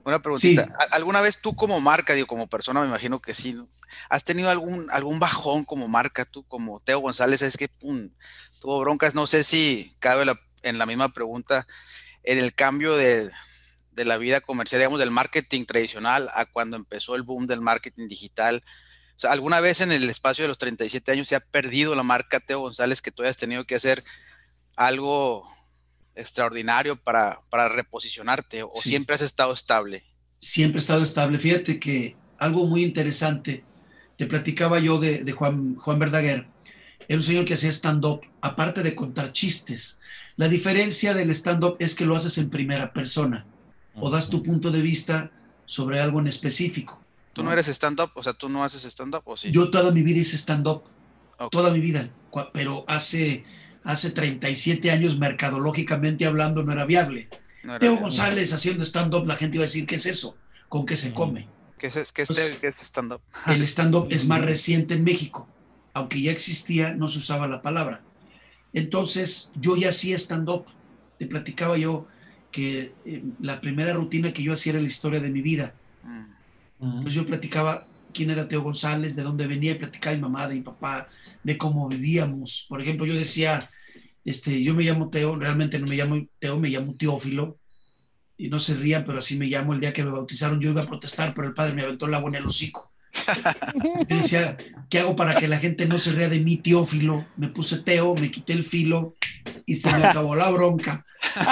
[SPEAKER 2] Una preguntita.
[SPEAKER 4] Sí.
[SPEAKER 2] ¿Alguna vez tú como marca, digo, como persona, me imagino que sí, ¿no? ¿Has tenido algún, algún bajón como marca, tú como Teo González? Es que pum, tuvo broncas, no sé si cabe la, en la misma pregunta, en el cambio de, de la vida comercial, digamos, del marketing tradicional a cuando empezó el boom del marketing digital. O sea, ¿alguna vez en el espacio de los treinta y siete años se ha perdido la marca Teo González, que tú hayas tenido que hacer algo extraordinario para, para reposicionarte, o
[SPEAKER 4] Sí.
[SPEAKER 2] siempre has estado estable?
[SPEAKER 4] Siempre he estado estable. Fíjate que algo muy interesante, te platicaba yo de, de Juan, Juan Verdaguer, era un señor que hacía stand-up, aparte de contar chistes. La diferencia del stand-up es que lo haces en primera persona, o das tu punto de vista sobre algo en específico,
[SPEAKER 2] ¿Tú
[SPEAKER 4] ¿no?
[SPEAKER 2] no eres stand-up? O sea, ¿tú no haces stand-up o sí?
[SPEAKER 4] Yo toda mi vida hice stand-up,
[SPEAKER 2] Okay.
[SPEAKER 4] toda mi vida, pero hace, hace treinta y siete años, mercadológicamente hablando, no era viable.
[SPEAKER 2] No era
[SPEAKER 4] Teo
[SPEAKER 2] bien.
[SPEAKER 4] González haciendo stand-up, la gente iba a decir, ¿qué es eso? ¿Con qué se come?
[SPEAKER 2] ¿Qué es, qué es,
[SPEAKER 4] Pues,
[SPEAKER 2] qué es stand-up?
[SPEAKER 4] el stand-up es más reciente en México. Aunque ya existía, no se usaba la palabra. Entonces, yo ya hacía stand-up. Te platicaba yo que eh, la primera rutina que yo hacía era la historia de mi vida.
[SPEAKER 2] Mm.
[SPEAKER 4] Entonces yo platicaba quién era Teo González, de dónde venía, y platicaba de mi mamá, de mi papá, de cómo vivíamos. Por ejemplo, yo decía, este, yo me llamo Teo, realmente no me llamo Teo, me llamo Teófilo, y no se rían, pero así me llamo. El día que me bautizaron yo iba a protestar, pero el padre me aventó el agua en el hocico. Yo decía, ¿qué hago para que la gente no se ría de mí, Teófilo? Me puse Teo, me quité el filo y se me acabó la bronca.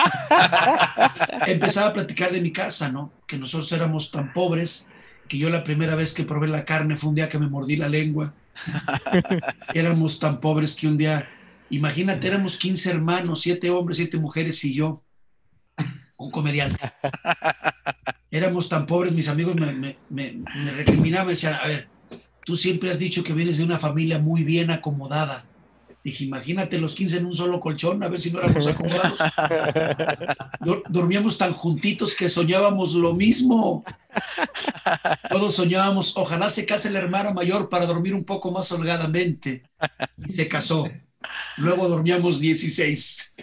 [SPEAKER 4] Empezaba a platicar de mi casa, ¿no? Que nosotros éramos tan pobres que yo la primera vez que probé la carne fue un día que me mordí la lengua. Éramos tan pobres que un día, imagínate, éramos quince hermanos, siete hombres, siete mujeres y yo, un comediante. Éramos tan pobres, mis amigos me, me, me, me recriminaban, me decían, a ver, tú siempre has dicho que vienes de una familia muy bien acomodada. Dije, imagínate los quince en un solo colchón, a ver si no éramos acomodados. Dormíamos tan juntitos que soñábamos lo mismo. Todos soñábamos, ojalá se case la hermana mayor para dormir un poco más holgadamente. Y se casó. Luego dormíamos dieciséis.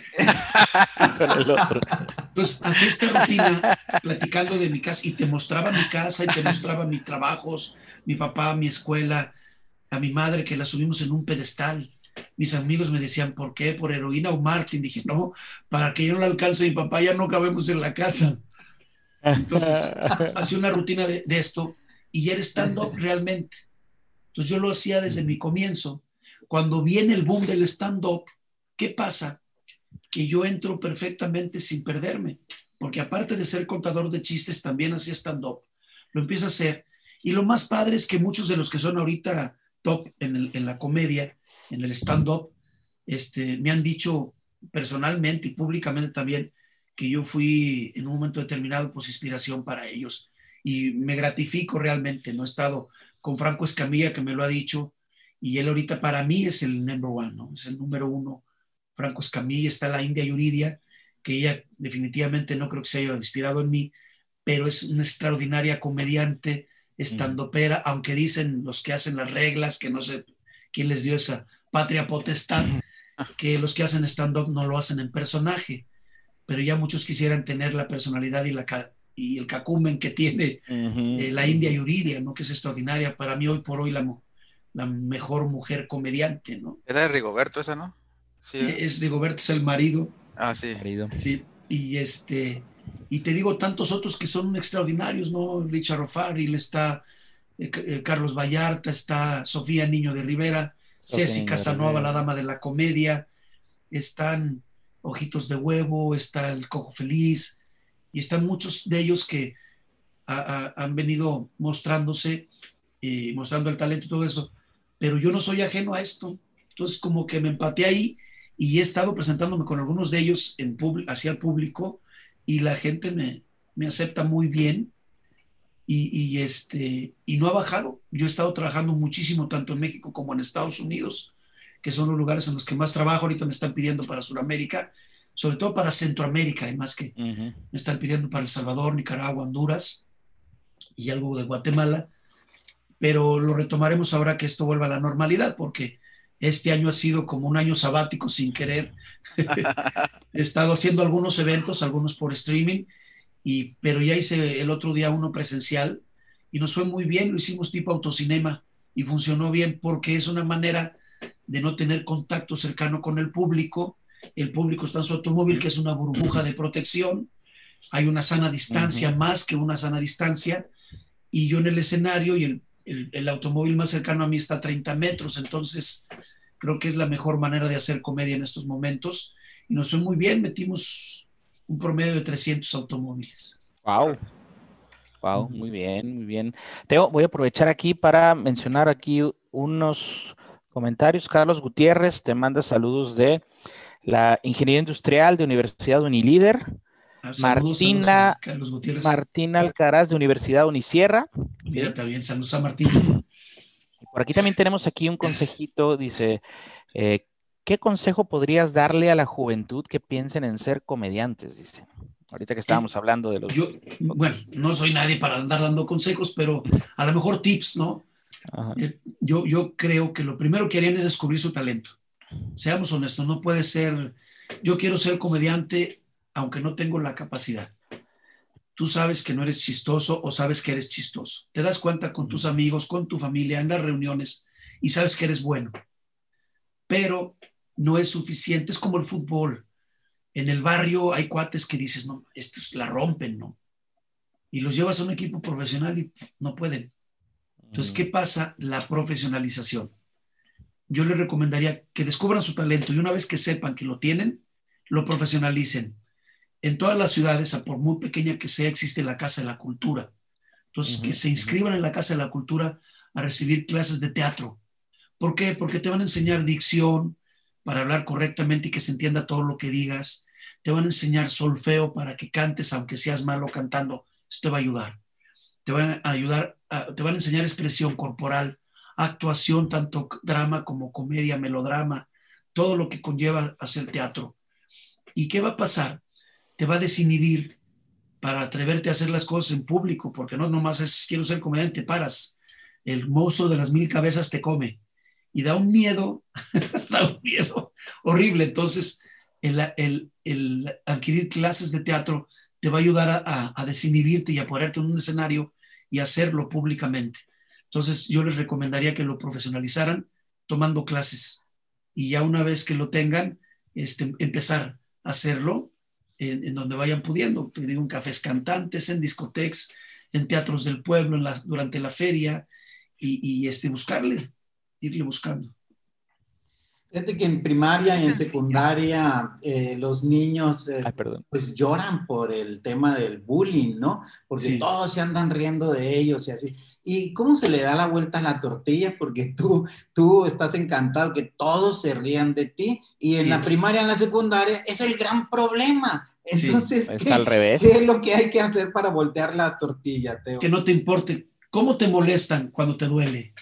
[SPEAKER 4] Entonces, hacía esta rutina platicando de mi casa y te mostraba mi casa y te mostraba mis trabajos, mi papá, mi escuela, a mi madre que la subimos en un pedestal. Mis amigos me decían, ¿por qué? ¿Por heroína o Martin? Dije, no, para que yo no la alcance mi papá, ya no cabemos en la casa. Entonces, hacía una rutina de, de esto y ya era stand-up realmente. Entonces, yo lo hacía desde mi comienzo. Cuando viene el boom del stand-up, ¿qué pasa? Que yo entro perfectamente sin perderme, porque aparte de ser contador de chistes, también hacía stand-up. Lo empiezo a hacer. Y lo más padre es que muchos de los que son ahorita top en, el, en la comedia, en el stand-up, este, me han dicho personalmente y públicamente también que yo fui en un momento determinado pues inspiración para ellos. Y me gratifico realmente. No he estado con Franco Escamilla, que me lo ha dicho, y él ahorita para mí es el number one, ¿no? Es el número uno. Franco Escamilla, está la India Yuridia, que ella definitivamente no creo que se haya inspirado en mí, pero es una extraordinaria comediante, estandopera, mm. aunque dicen los que hacen las reglas, que no sé quién les dio esa patria potestad, que los que hacen stand-up no lo hacen en personaje, pero ya muchos quisieran tener la personalidad y, la, y el cacumen que tiene uh-huh. eh, la India Yuridia, ¿no? Que es extraordinaria, para mí hoy por hoy la, la mejor mujer comediante, ¿no?
[SPEAKER 2] Era de Rigoberto esa, ¿no?
[SPEAKER 4] Sí, ¿eh? Es Rigoberto, es el marido.
[SPEAKER 2] Ah, sí.
[SPEAKER 1] Marido.
[SPEAKER 4] Sí, y este, y te digo, tantos otros que son extraordinarios, ¿no? Richard O'Farrill, está eh, eh, Carlos Vallarta, está Sofía Niño de Rivera, okay, Ceci Casanova, la dama de la comedia, están Ojitos de Huevo, está el Cojo Feliz, y están muchos de ellos que a, a, han venido mostrándose, eh, mostrando el talento y todo eso, pero yo no soy ajeno a esto, entonces como que me empaté ahí y he estado presentándome con algunos de ellos en pub- hacia el público y la gente me, me acepta muy bien y, y, este, y no ha bajado. Yo he estado trabajando muchísimo tanto en México como en Estados Unidos, que son los lugares en los que más trabajo. Ahorita me están pidiendo para Sudamérica, sobre todo para Centroamérica, además que uh-huh. me están pidiendo para El Salvador, Nicaragua, Honduras y algo de Guatemala, pero lo retomaremos ahora que esto vuelva a la normalidad, porque este año ha sido como un año sabático sin querer. He estado haciendo algunos eventos, algunos por streaming, y, pero ya hice el otro día uno presencial y nos fue muy bien, lo hicimos tipo autocinema y funcionó bien porque es una manera de no tener contacto cercano con el público. El público está en su automóvil, que es una burbuja de protección, hay una sana distancia, uh-huh. más que una sana distancia, y yo en el escenario y el, el, el automóvil más cercano a mí está a treinta metros, entonces creo que es la mejor manera de hacer comedia en estos momentos, y nos fue muy bien, metimos un promedio de trescientos automóviles.
[SPEAKER 1] Wow. Wow, muy bien, muy bien. Teo, voy a aprovechar aquí para mencionar aquí unos comentarios. Carlos Gutiérrez te manda saludos de la Ingeniería Industrial de Universidad Unilíder.
[SPEAKER 4] Ah, saludos,
[SPEAKER 1] Martina,
[SPEAKER 4] saludos a Carlos Gutiérrez.
[SPEAKER 1] Martina Alcaraz de Universidad Unisierra.
[SPEAKER 4] Mira,
[SPEAKER 1] ¿sí?
[SPEAKER 4] También saludos a Martín.
[SPEAKER 1] Por aquí también tenemos aquí un consejito, dice, eh, ¿qué consejo podrías darle a la juventud que piensen en ser comediantes? Dice. Ahorita que estábamos hablando de los...
[SPEAKER 4] Yo, bueno, no soy nadie para andar dando consejos, pero a lo mejor tips, ¿no? Eh, yo, yo creo que lo primero que harían es descubrir su talento. Seamos honestos, no puede ser, yo quiero ser comediante aunque no tengo la capacidad. Tú sabes que no eres chistoso o sabes que eres chistoso. Te das cuenta con tus amigos, con tu familia, en las reuniones y sabes que eres bueno. Pero no es suficiente, es como el fútbol. En el barrio hay cuates que dices, no, estos la rompen, ¿no? Y los llevas a un equipo profesional y no pueden. Entonces, ¿qué pasa? La profesionalización. Yo les recomendaría que descubran su talento y una vez que sepan que lo tienen, lo profesionalicen. En todas las ciudades, por muy pequeña que sea, existe la Casa de la Cultura. Entonces, uh-huh, que se inscriban uh-huh. en la Casa de la Cultura a recibir clases de teatro. ¿Por qué? Porque te van a enseñar dicción para hablar correctamente y que se entienda todo lo que digas. Te van a enseñar solfeo para que cantes, aunque seas malo cantando. Eso te va a ayudar. Te van a ayudar, a, te van a enseñar expresión corporal, actuación, tanto drama como comedia, melodrama, todo lo que conlleva hacer teatro. ¿Y qué va a pasar? Te va a desinhibir para atreverte a hacer las cosas en público, porque no nomás es quiero ser comediante, paras. El monstruo de las mil cabezas te come y da un miedo, da un miedo horrible. Entonces, el, el, el adquirir clases de teatro te va a ayudar a, a, a desinhibirte y a ponerte en un escenario y hacerlo públicamente. Entonces, yo les recomendaría que lo profesionalizaran tomando clases y ya una vez que lo tengan, este, empezar a hacerlo en, en donde vayan pudiendo. Te digo, en cafés cantantes, en discotecas, en teatros del pueblo, en la, durante la feria y, y este, buscarle, irle buscando.
[SPEAKER 3] Fíjate que en primaria y en secundaria eh, los niños eh,
[SPEAKER 1] Ay, perdón.
[SPEAKER 3] pues lloran por el tema del bullying, ¿no? Porque sí. todos se andan riendo de ellos y así. ¿Y cómo se le da la vuelta a la tortilla? Porque tú, tú estás encantado que todos se rían de ti y en sí, la es. primaria, en la secundaria es el gran problema. Entonces,
[SPEAKER 1] sí,
[SPEAKER 3] ¿qué,
[SPEAKER 1] al revés.
[SPEAKER 3] ¿qué es lo que hay que hacer para voltear la tortilla, Teo?
[SPEAKER 4] Que no te importe. ¿Cómo te molestan cuando te duele?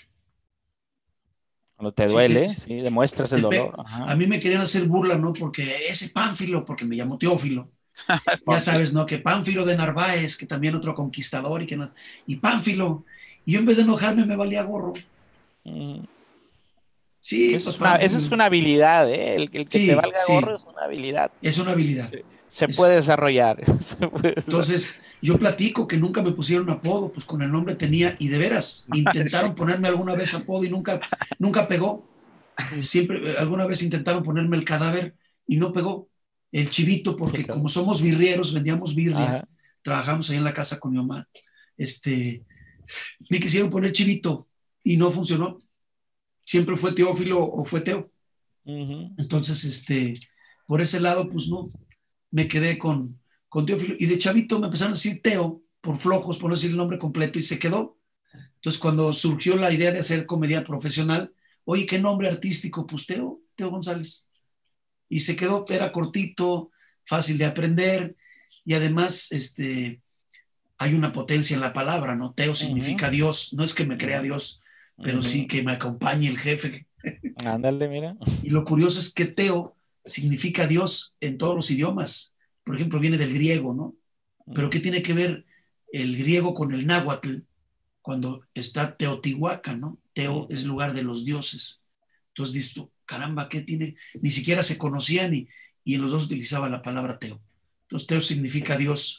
[SPEAKER 1] Cuando te duele, sí, te, sí demuestras el dolor.
[SPEAKER 4] Ajá. A mí me querían hacer burla, ¿no? Porque ese Pánfilo, porque me llamo Teófilo. Ya sabes, ¿no? Que Pánfilo de Narváez, que también otro conquistador, y que no, y Pánfilo. Y yo en vez de enojarme me valía gorro.
[SPEAKER 1] Mm.
[SPEAKER 4] Sí,
[SPEAKER 1] eso,
[SPEAKER 4] pues,
[SPEAKER 1] es una, eso es una habilidad, ¿eh? El, el que
[SPEAKER 4] sí,
[SPEAKER 1] te valga
[SPEAKER 4] sí.
[SPEAKER 1] gorro es una habilidad.
[SPEAKER 4] Es una habilidad.
[SPEAKER 1] Se
[SPEAKER 4] es...
[SPEAKER 1] puede desarrollar. Se puede
[SPEAKER 4] Entonces, yo platico que nunca me pusieron apodo, pues con el nombre tenía, y de veras, intentaron sí. ponerme alguna vez apodo y nunca, nunca pegó. Siempre, alguna vez intentaron ponerme el Cadáver y no pegó. El Chivito, porque como somos birrieros, vendíamos birria, Ajá. trabajamos ahí en la casa con mi mamá. Este, me quisieron poner Chivito y no funcionó. Siempre fue Teófilo o fue Teo. Uh-huh. Entonces, este, por ese lado, pues no, me quedé con, con Teófilo. Y de chavito me empezaron a decir Teo, por flojos, por no decir el nombre completo, y se quedó. Entonces, cuando surgió la idea de hacer comedia profesional, oye, ¿qué nombre artístico? Pues Teo, Teo González. Y se quedó, era cortito, fácil de aprender, y además, este, hay una potencia en la palabra, ¿no? Teo significa uh-huh. Dios, no es que me crea Dios, pero uh-huh. sí que me acompañe el jefe.
[SPEAKER 1] Ándale, mira.
[SPEAKER 4] Y lo curioso es que Teo significa Dios en todos los idiomas. Por ejemplo, viene del griego, ¿no? Uh-huh. Pero ¿qué tiene que ver el griego con el náhuatl? Cuando está Teotihuacán, ¿no? Teo uh-huh. es lugar de los dioses. Entonces dices tú, caramba, ¿qué tiene? Ni siquiera se conocían y, y en los dos utilizaba la palabra Teo. Entonces Teo significa Dios.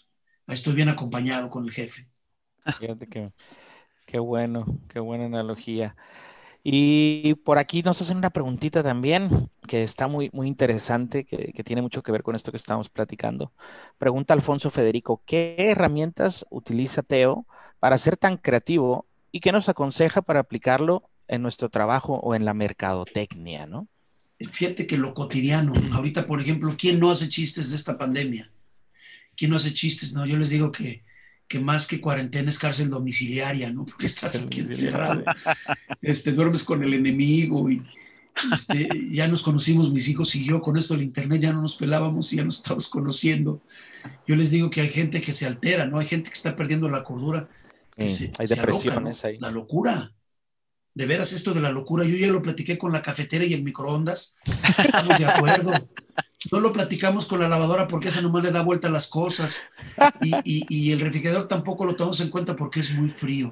[SPEAKER 4] estoy bien acompañado con el jefe.
[SPEAKER 1] Fíjate que, qué bueno, qué buena analogía. Y por aquí nos hacen una preguntita también que está muy, muy interesante, que, que tiene mucho que ver con esto que estábamos platicando. Pregunta Alfonso Federico, ¿qué herramientas utiliza Teo para ser tan creativo y qué nos aconseja para aplicarlo en nuestro trabajo o en la mercadotecnia, ¿no?
[SPEAKER 4] Fíjate que lo cotidiano, ahorita por ejemplo, ¿quién no hace chistes de esta pandemia? ¿Quién no hace chistes? No, yo les digo que, que más que cuarentena es cárcel domiciliaria, ¿no? Porque estás aquí encerrado, este, duermes con el enemigo y este, ya nos conocimos mis hijos y yo, con esto del internet ya no nos pelábamos y ya nos estamos conociendo. Yo les digo que hay gente que se altera, ¿no? Hay gente que está perdiendo la cordura, que
[SPEAKER 1] Sí,
[SPEAKER 4] se,
[SPEAKER 1] hay
[SPEAKER 4] se aloca, ¿no?
[SPEAKER 1] depresiones ahí.
[SPEAKER 4] La locura. De veras, esto de la locura, yo ya lo platiqué con la cafetera y el microondas, estamos de acuerdo. No lo platicamos con la lavadora porque esa nomás le da vuelta a las cosas. Y, y, y el refrigerador tampoco lo tomamos en cuenta porque es muy frío.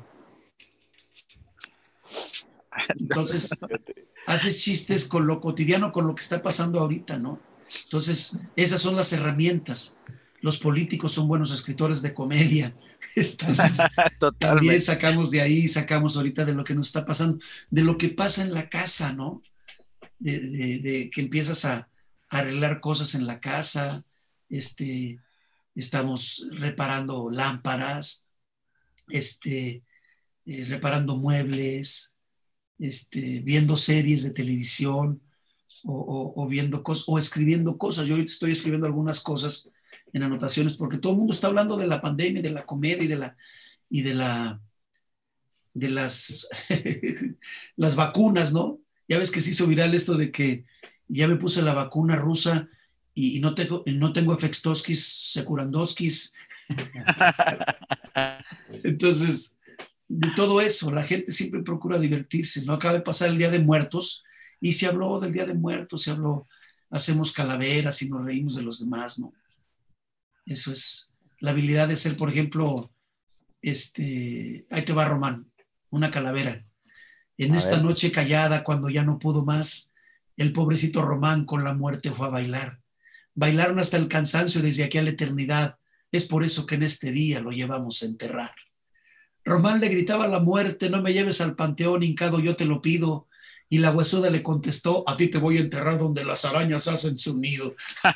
[SPEAKER 4] Entonces, haces chistes con lo cotidiano, con lo que está pasando ahorita, ¿no? Entonces, esas son las herramientas. Los políticos son buenos escritores de comedia. Entonces, también sacamos de ahí, sacamos ahorita de lo que nos está pasando, de lo que pasa en la casa, ¿no? De, de, de que empiezas a, a arreglar cosas en la casa, este, estamos reparando lámparas, este, eh, reparando muebles, este, viendo series de televisión o, o, o viendo cosas, o escribiendo cosas. Yo ahorita estoy escribiendo algunas cosas en anotaciones porque todo el mundo está hablando de la pandemia, de la comedia y de la y de la de las las vacunas, ¿no? Ya ves que se hizo viral esto de que ya me puse la vacuna rusa y, y no tengo no tengo efectoskis, securandoskis. Entonces, de todo eso, la gente siempre procura divertirse, ¿no? Acaba de pasar el Día de Muertos y se habló del Día de Muertos, se habló, hacemos calaveras y nos reímos de los demás, ¿no? Eso es la habilidad de ser, por ejemplo, este, ahí te va Román, una calavera. En
[SPEAKER 1] A
[SPEAKER 4] esta
[SPEAKER 1] ver.
[SPEAKER 4] noche callada, cuando ya no pudo más, el pobrecito Román con la muerte fue a bailar. Bailaron hasta el cansancio desde aquí a la eternidad. Es por eso que en este día lo llevamos a enterrar. Román le gritaba a la muerte, no me lleves al panteón hincado, yo te lo pido. Y la huesuda le contestó, a ti te voy a enterrar donde las arañas hacen su nido.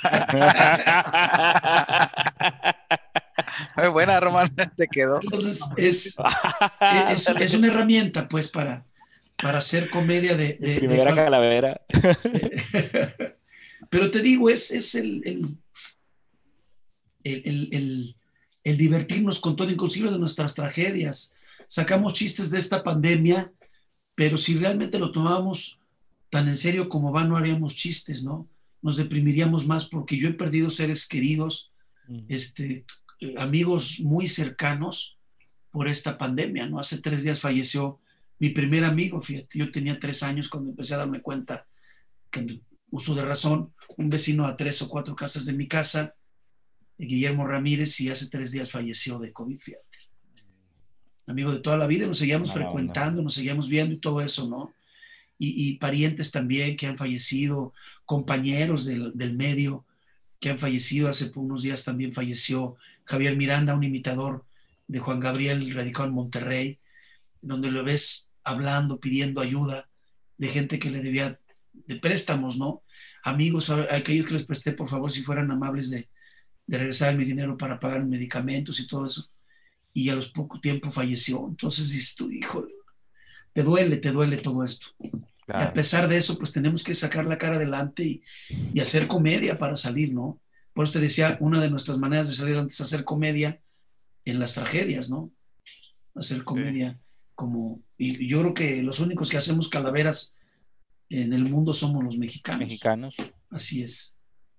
[SPEAKER 2] Muy buena, Román, te quedó.
[SPEAKER 4] Entonces, es, es, es una herramienta, pues, para, para hacer comedia de... de
[SPEAKER 1] Primera
[SPEAKER 4] de
[SPEAKER 1] calavera.
[SPEAKER 4] Pero te digo, es, es el, el, el, el, el, el divertirnos con todo, inclusive de nuestras tragedias. Sacamos chistes de esta pandemia, pero si realmente lo tomábamos tan en serio como va, no haríamos chistes, ¿no? Nos deprimiríamos más porque yo he perdido seres queridos, este, eh, amigos muy cercanos por esta pandemia, ¿no? Hace tres días falleció mi primer amigo, fíjate, yo tenía tres años cuando empecé a darme cuenta que uso de razón, un vecino a tres o cuatro casas de mi casa, Guillermo Ramírez, y hace tres días falleció de COVID, fíjate. Amigo de toda la vida, nos seguíamos no, frecuentando, no. nos seguíamos viendo y todo eso, ¿no? Y, y parientes también que han fallecido, compañeros del, del medio que han fallecido. Hace unos días también falleció Javier Miranda, un imitador de Juan Gabriel, radicado en Monterrey, donde lo ves hablando, pidiendo ayuda de gente que le debía de préstamos, ¿no? Amigos, a aquellos que les presté, por favor, si fueran amables de, de regresar mi dinero para pagar medicamentos y todo eso. Y a los poco tiempo falleció. Entonces dices tú, hijo, te duele, te duele todo esto. Claro. Y a pesar de eso, pues tenemos que sacar la cara adelante y, y hacer comedia para salir, ¿no? Por eso te decía, una de nuestras maneras de salir antes es hacer comedia en las tragedias, ¿no? Hacer comedia sí. como... Y yo creo que los únicos que hacemos calaveras en el mundo somos los mexicanos.
[SPEAKER 1] Mexicanos.
[SPEAKER 4] Así es.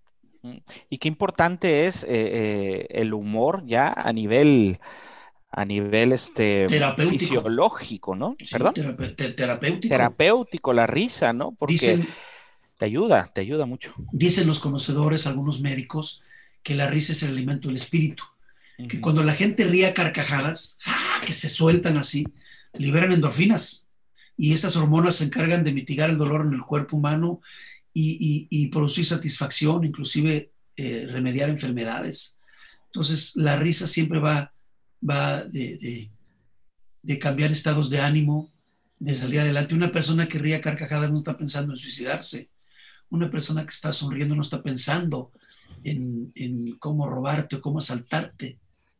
[SPEAKER 1] Y qué importante es eh, eh, el humor ya a nivel... a nivel este, fisiológico, ¿no?
[SPEAKER 4] Sí,
[SPEAKER 1] ¿Perdón?
[SPEAKER 4] Terape terapéutico.
[SPEAKER 1] Terapéutico, la risa, ¿no? Porque
[SPEAKER 4] dicen,
[SPEAKER 1] te ayuda, te ayuda mucho.
[SPEAKER 4] Dicen los conocedores, algunos médicos, que la risa es el alimento del espíritu. Uh-huh. Que cuando la gente ríe a carcajadas, ¡ah!, que se sueltan así, liberan endorfinas. Y estas hormonas se encargan de mitigar el dolor en el cuerpo humano y, y, y producir satisfacción, inclusive eh, remediar enfermedades. Entonces, la risa siempre va, va de, de, de cambiar estados de ánimo, de salir adelante. Una persona que ríe a carcajadas no está pensando en suicidarse. Una persona que está sonriendo no está pensando en, en cómo robarte o cómo asaltarte.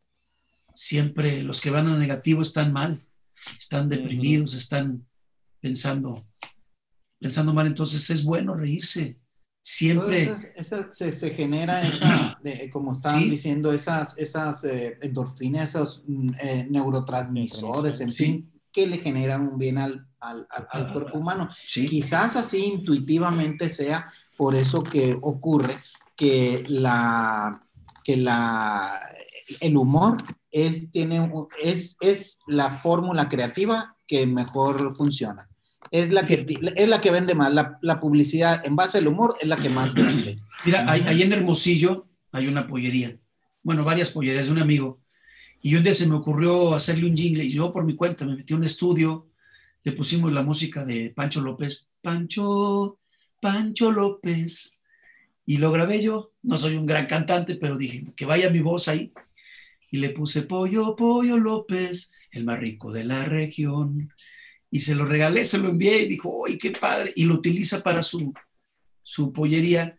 [SPEAKER 4] Siempre los que van a negativo están mal, están deprimidos, están pensando, pensando mal. Entonces es bueno reírse. Siempre.
[SPEAKER 3] Entonces, esa, se, se genera esa, de, como estaban
[SPEAKER 4] Sí.
[SPEAKER 3] diciendo, esas, esas eh, endorfinas, esos eh, neurotransmisores, en
[SPEAKER 4] Sí.
[SPEAKER 3] fin, que le generan un bien al, al, al, al cuerpo humano.
[SPEAKER 4] Sí.
[SPEAKER 3] Quizás así intuitivamente sea por eso que ocurre que la, que la, el humor es, tiene, es, es la fórmula creativa que mejor funciona. Es la que, es la que vende más. La, la publicidad en base al humor es la que más vende.
[SPEAKER 4] Mira, ahí, ahí en Hermosillo hay una pollería. Bueno, varias pollerías de un amigo. Y un día se me ocurrió hacerle un jingle. Y yo por mi cuenta me metí a un estudio. Le pusimos la música de Pancho López. Pancho, Pancho López. Y lo grabé yo. No soy un gran cantante, pero dije que vaya mi voz ahí. Y le puse Pollo, Pollo López, el más rico de la región. Y se lo regalé, se lo envié y dijo, ¡ay, qué padre! Y lo utiliza para su, su pollería.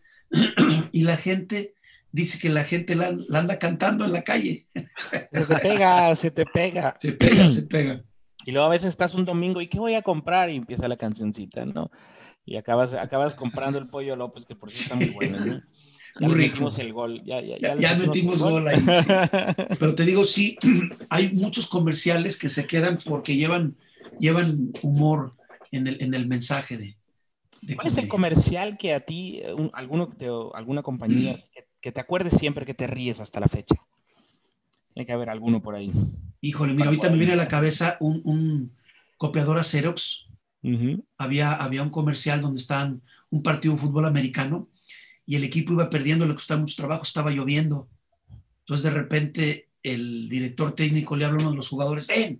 [SPEAKER 4] Y la gente dice que la gente la, la anda cantando en la calle.
[SPEAKER 1] Se te pega, se te pega.
[SPEAKER 4] Se pega, se pega.
[SPEAKER 1] Y luego a veces estás un domingo y ¿qué voy a comprar? Y empieza la cancioncita, ¿no? Y acabas, acabas comprando el Pollo López, que por cierto sí. Está muy bueno, ¿no? Ya
[SPEAKER 4] muy rico.
[SPEAKER 1] metimos el gol. Ya, ya,
[SPEAKER 4] ya,
[SPEAKER 1] ya,
[SPEAKER 4] ya metimos, metimos gol, gol ahí. Sí. Pero te digo, sí, hay muchos comerciales que se quedan porque llevan, llevan humor en el, en el mensaje de, de
[SPEAKER 1] ¿Cuál comedia. Es el comercial que a ti, un, alguno, te, alguna compañía, mm. que, que te acuerdes siempre, que te ríes hasta la fecha? Tiene que haber alguno por ahí.
[SPEAKER 4] Híjole, mira, ahorita me viene a la cabeza un, un copiador a Xerox. Uh-huh. Había, había un comercial donde estaban un partido de fútbol americano y el equipo iba perdiendo, le costaba mucho trabajo, estaba lloviendo. Entonces de repente el director técnico le habla a uno de los jugadores, ven,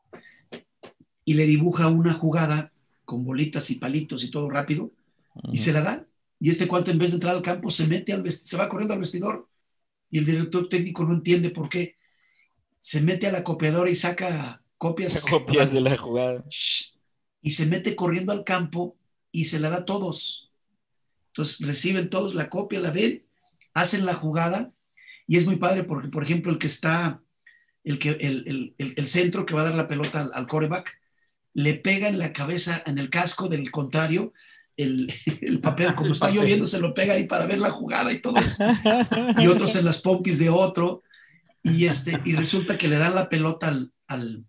[SPEAKER 4] y le dibuja una jugada con bolitas y palitos y todo rápido, uh-huh. y se la da. Y este cuate, en vez de entrar al campo, se mete al vest- se va corriendo al vestidor, y el director técnico no entiende por qué. Se mete a la copiadora y saca copias.
[SPEAKER 1] Copias de la jugada.
[SPEAKER 4] Y se mete corriendo al campo y se la da a todos. Entonces reciben todos la copia, la ven, hacen la jugada, y es muy padre porque, por ejemplo, el que está, el, que, el, el, el centro que va a dar la pelota al, al quarterback, le pega en la cabeza, en el casco del contrario, el, el papel, como está lloviendo, se lo pega ahí para ver la jugada y todo eso. Y otros en las pompis de otro, y, este, y resulta que le dan la pelota al, al,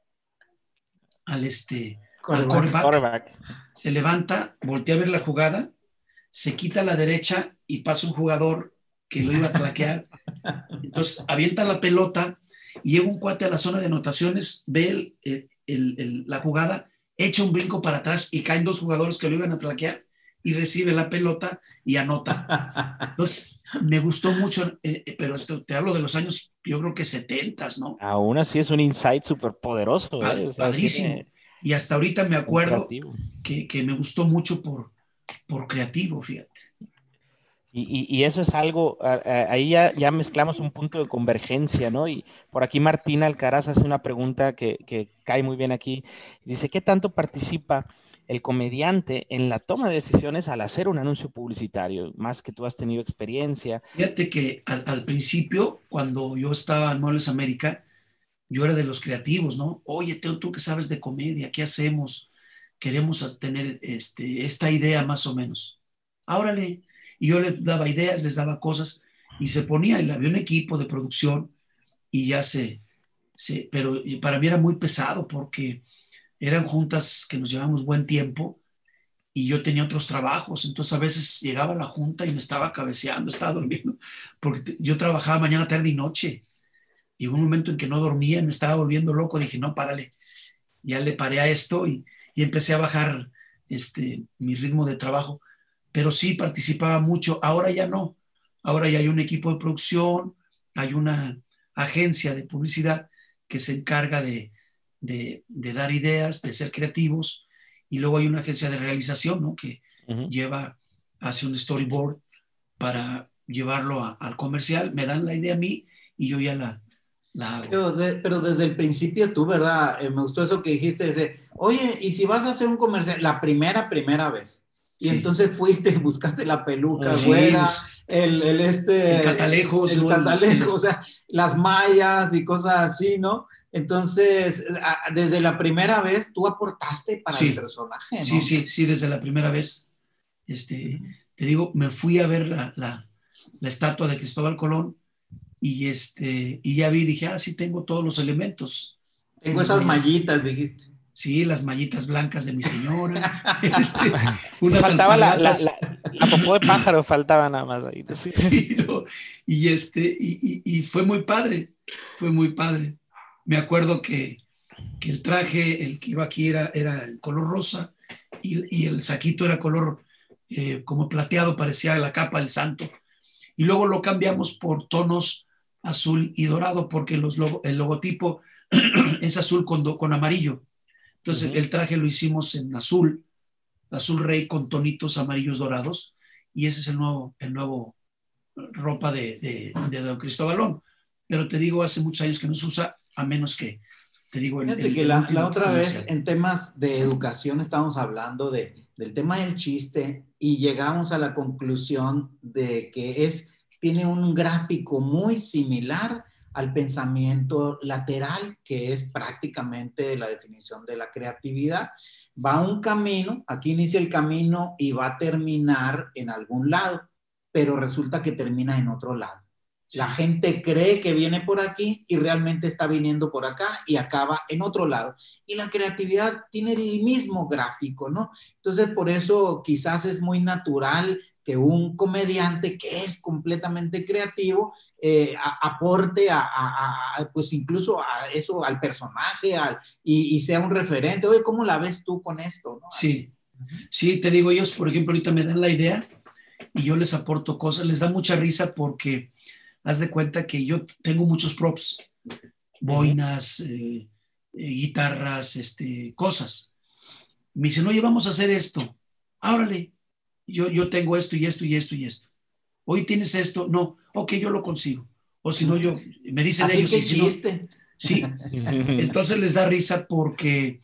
[SPEAKER 4] al, este, al quarterback, quarterback, se llega, voltea a ver la jugada, se quita a la derecha y pasa un jugador que lo iba a claquear. Entonces avienta la pelota y llega un cuate a la zona de anotaciones, ve el, el, el, el, la jugada, echa un brinco para atrás y caen dos jugadores que lo iban a claquear y recibe la pelota y anota. Entonces me gustó mucho, eh, pero esto te hablo de los años, yo creo que setentas, ¿no?
[SPEAKER 1] Aún así es un insight súper poderoso.
[SPEAKER 4] Pad,
[SPEAKER 1] ¿eh? O sea,
[SPEAKER 4] padrísimo.
[SPEAKER 1] tiene...
[SPEAKER 4] Y hasta ahorita me acuerdo que, que me gustó mucho por, por creativo, fíjate.
[SPEAKER 1] Y, y, y eso es algo, ahí ya, ya mezclamos un punto de convergencia, ¿no? Y por aquí Martina Alcaraz hace una pregunta que, que cae muy bien aquí. Dice, ¿qué tanto participa el comediante en la toma de decisiones al hacer un anuncio publicitario? Más que tú has tenido experiencia.
[SPEAKER 4] Fíjate que al, al principio, cuando yo estaba en Muebles América, yo era de los creativos, ¿no? Oye, Teo, tú que sabes de comedia, ¿qué hacemos? Queremos tener este, esta idea más o menos. Árale. Y yo les daba ideas, les daba cosas, y se ponía, y había un equipo de producción, y ya se, se, pero para mí era muy pesado, porque eran juntas que nos llevábamos buen tiempo, y yo tenía otros trabajos, entonces a veces llegaba a la junta y me estaba cabeceando, estaba durmiendo, porque yo trabajaba mañana, tarde y noche. Llegó un momento en que no dormía, me estaba volviendo loco, dije, no, párale, ya le paré a esto, y, y empecé a bajar este, mi ritmo de trabajo. Pero sí participaba mucho, ahora ya no, ahora ya hay un equipo de producción, hay una agencia de publicidad que se encarga de, de, de dar ideas, de ser creativos, y luego hay una agencia de realización, ¿no? Que uh-huh. lleva, hace un storyboard para llevarlo a, al comercial, me dan la idea a mí y yo ya la, la hago.
[SPEAKER 3] Pero, de, pero desde el principio tú, ¿verdad? Eh, me gustó eso que dijiste, ese, oye, ¿y si vas a hacer un comercial? La primera, primera vez. Y sí. Entonces fuiste, buscaste la peluca, sí, güera, pues, el, el, este,
[SPEAKER 4] el catalejo,
[SPEAKER 3] el, el catalejo, el, o sea, las mallas y cosas así, ¿no? Entonces, a, desde la primera vez tú aportaste para sí. el personaje, ¿no?
[SPEAKER 4] Sí, sí, sí, desde la primera vez. Este, uh-huh. Te digo, me fui a ver la, la, la estatua de Cristóbal Colón y, este, y ya vi, dije, ah, sí, tengo todos los elementos.
[SPEAKER 3] Tengo esas mallas. mallitas, dijiste.
[SPEAKER 4] Sí, las mallitas blancas de mi señora. este,
[SPEAKER 1] unas faltaba la, la, la, la popó de pájaro, faltaba nada más ahí.
[SPEAKER 4] Sí, no, y, este, y, y, y fue muy padre, fue muy padre. Me acuerdo que, que el traje, el que iba aquí era, era en color rosa y, y el saquito era color eh, como plateado, parecía la capa del santo. Y luego lo cambiamos por tonos azul y dorado porque los logo, el logotipo es azul con, do, con amarillo. Entonces uh-huh. el traje lo hicimos en azul, azul rey con tonitos amarillos dorados, y ese es el nuevo, el nuevo ropa de, de, de Don Cristóbalón. Pero te digo, hace muchos años que no se usa, a menos que, te digo, el,
[SPEAKER 3] Fíjate
[SPEAKER 4] el,
[SPEAKER 3] que
[SPEAKER 4] el
[SPEAKER 3] la,
[SPEAKER 4] último
[SPEAKER 3] la otra
[SPEAKER 4] comercial.
[SPEAKER 3] vez en temas de educación estábamos hablando de, del tema del chiste y llegamos a la conclusión de que es, tiene un gráfico muy similar al pensamiento lateral, que es prácticamente la definición de la creatividad. Va un camino, aquí inicia el camino y va a terminar en algún lado, pero resulta que termina en otro lado. Sí. La gente cree que viene por aquí y realmente está viniendo por acá y acaba en otro lado. Y la creatividad tiene el mismo gráfico, ¿no? Entonces, por eso quizás es muy natural que un comediante que es completamente creativo eh, a, aporte a, a, a, pues incluso a eso, al personaje al, y, y sea un referente. Oye, ¿cómo la ves tú con esto? ¿No?
[SPEAKER 4] Sí, sí, te digo, ellos, por ejemplo, ahorita me dan la idea y yo les aporto cosas, les da mucha risa porque haz de cuenta que yo tengo muchos props, boinas, eh, eh, guitarras, este, cosas. Me dicen, oye, vamos a hacer esto. Árale. Yo, yo tengo esto y esto y esto y esto. Hoy tienes esto, no, ok, yo lo consigo. O si no, yo, me dicen
[SPEAKER 3] así
[SPEAKER 4] ellos.
[SPEAKER 3] Que
[SPEAKER 4] y si
[SPEAKER 3] chiste.
[SPEAKER 4] no, sí, entonces les da risa porque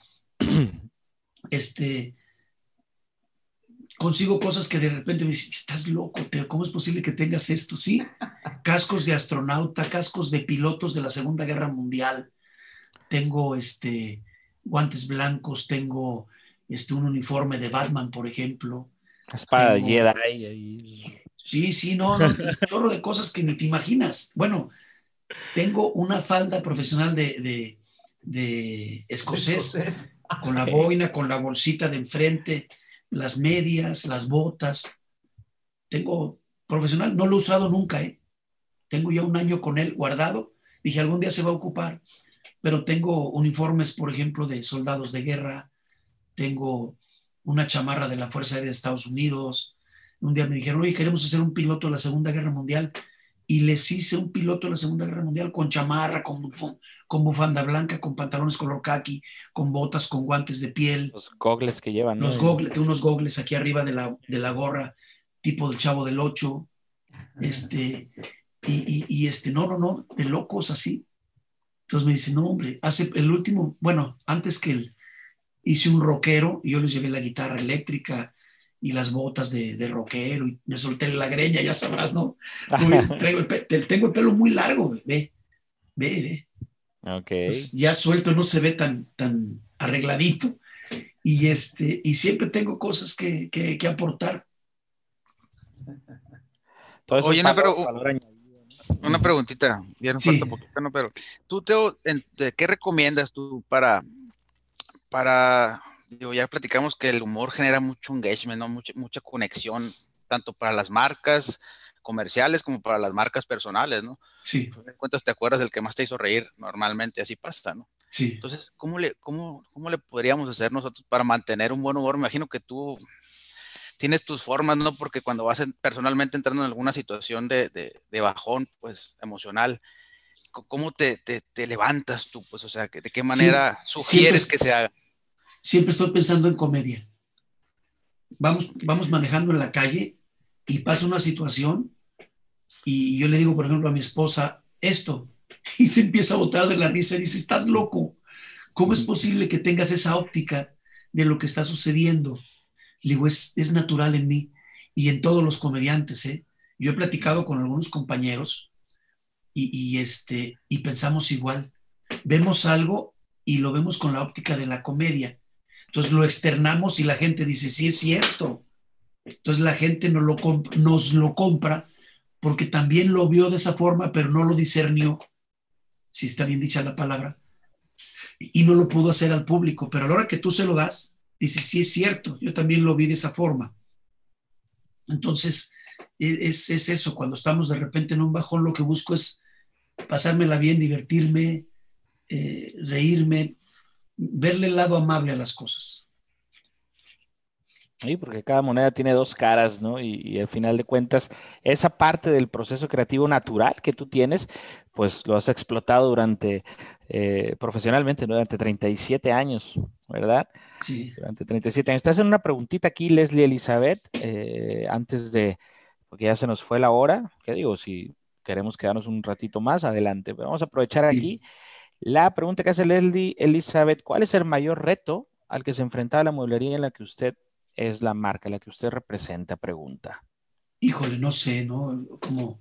[SPEAKER 4] este, consigo cosas que de repente me dicen, estás loco, Teo, ¿cómo es posible que tengas esto? Sí, cascos de astronauta, cascos de pilotos de la Segunda Guerra Mundial, tengo este, guantes blancos, tengo este, un uniforme de Batman, por ejemplo.
[SPEAKER 1] Espada de Jedi.
[SPEAKER 4] Sí, sí, no, no, un chorro de cosas que ni te imaginas. Bueno, tengo una falda profesional de, de, de escocés, escocés, con la boina, con la bolsita de enfrente, las medias, las botas. Tengo profesional, no lo he usado nunca, ¿eh? Tengo ya un año con él guardado. Dije, algún día se va a ocupar, pero tengo uniformes, por ejemplo, de soldados de guerra, tengo una chamarra de la Fuerza Aérea de Estados Unidos. Un día me dijeron, oye, queremos hacer un piloto de la Segunda Guerra Mundial. Y les hice un piloto de la Segunda Guerra Mundial con chamarra, con, buf- con bufanda blanca, con pantalones color khaki, con botas, con guantes de piel.
[SPEAKER 1] Los gogles que llevan.
[SPEAKER 4] Los
[SPEAKER 1] ¿no?
[SPEAKER 4] gogles, unos gogles aquí arriba de la, de la gorra, tipo del Chavo del Ocho. Este, y, y, y este, no, no, no, de locos así. Entonces me dicen, no, hombre, hace el último, bueno, antes que el hice un rockero y yo les llevé la guitarra eléctrica y las botas de, de rockero y me solté la greña, ya sabrás, ¿no? Muy, traigo el pe- tengo el pelo muy largo, ve, ve, ve.
[SPEAKER 1] Okay.
[SPEAKER 4] Pues ya suelto, no se ve tan, tan arregladito. Y, este, y siempre tengo cosas que, que, que aportar.
[SPEAKER 1] Todo eso
[SPEAKER 2] Oye,
[SPEAKER 1] es
[SPEAKER 2] no,
[SPEAKER 1] valor,
[SPEAKER 2] pero
[SPEAKER 1] valor añadido.
[SPEAKER 2] una preguntita, ya nos
[SPEAKER 4] Sí.
[SPEAKER 2] falta poquito, ¿no? Pero tú, Teo, en- ¿qué recomiendas tú para, para, digo, ya platicamos que el humor genera mucho engagement, ¿no? Mucha, mucha conexión, tanto para las marcas comerciales como para las marcas personales, ¿no?
[SPEAKER 4] Sí,
[SPEAKER 2] En cuentas te acuerdas del que más te hizo reír, normalmente así pasa, ¿no?
[SPEAKER 4] sí.
[SPEAKER 2] Entonces, ¿cómo le, cómo, cómo le podríamos hacer nosotros para mantener un buen humor? Me imagino que tú tienes tus formas, ¿no? Porque cuando vas en- personalmente entrando en alguna situación de, de, de bajón, pues, emocional, co- ¿cómo te, te, te levantas tú? Pues, o sea, que- ¿de qué manera
[SPEAKER 4] Siempre,
[SPEAKER 2] sugieres
[SPEAKER 4] siempre,
[SPEAKER 2] que se haga?
[SPEAKER 4] siempre estoy pensando en comedia. Vamos, vamos manejando en la calle y pasa una situación y yo le digo, por ejemplo, a mi esposa, esto. Y se empieza a botar de la risa y dice, estás loco. ¿Cómo es posible que tengas esa óptica de lo que está sucediendo? Le digo, es, es natural en mí y en todos los comediantes, ¿eh? Yo he platicado con algunos compañeros y, y, este, y pensamos igual. Vemos algo y lo vemos con la óptica de la comedia. Entonces lo externamos y la gente dice, sí es cierto. Entonces la gente nos lo, comp- nos lo compra porque también lo vio de esa forma, pero no lo discernió, si está bien dicha la palabra, y no lo pudo hacer al público. Pero a la hora que tú se lo das, dice, sí es cierto, yo también lo vi de esa forma. Entonces, es, es eso, cuando estamos de repente en un bajón, lo que busco es pasármela bien, divertirme, eh, reírme, verle el lado amable a las cosas.
[SPEAKER 1] Sí, porque cada moneda tiene dos caras, ¿no? Y, y al final de cuentas, esa parte del proceso creativo natural que tú tienes, pues lo has explotado durante, eh, profesionalmente, ¿no? Durante treinta y siete años, ¿verdad?
[SPEAKER 4] Sí.
[SPEAKER 1] Durante treinta y siete años. Te hacen una preguntita aquí, Leslie Elizabeth, eh, antes de, porque ya se nos fue la hora. ¿Qué digo? Si queremos quedarnos un ratito más, adelante. Pero vamos a aprovechar
[SPEAKER 4] Sí.
[SPEAKER 1] aquí la pregunta que hace Leslie Elizabeth. ¿Cuál es el mayor reto al que se enfrentaba la mueblería en la que usted es la marca, la que usted representa? Pregunta.
[SPEAKER 4] Híjole, no sé, ¿no? Como,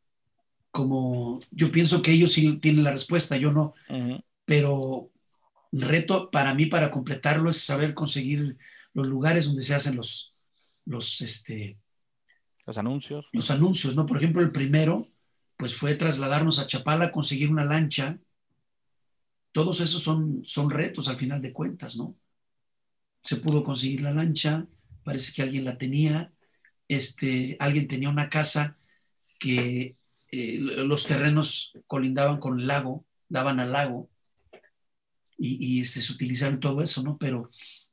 [SPEAKER 4] como yo pienso que ellos sí tienen la respuesta, yo no,
[SPEAKER 1] Ujú.
[SPEAKER 4] pero reto para mí, para completarlo, es saber conseguir los lugares donde se hacen los, los, este,
[SPEAKER 1] Los anuncios.
[SPEAKER 4] los anuncios, ¿no? Por ejemplo, el primero, pues fue trasladarnos a Chapala, conseguir una lancha. Todos esos son, son retos al final de cuentas, ¿no? Se pudo conseguir la lancha, parece que alguien la tenía, este, alguien tenía una casa que eh, los terrenos colindaban con el lago, daban al lago, y, y este, se utilizaron todo eso, ¿no? Pero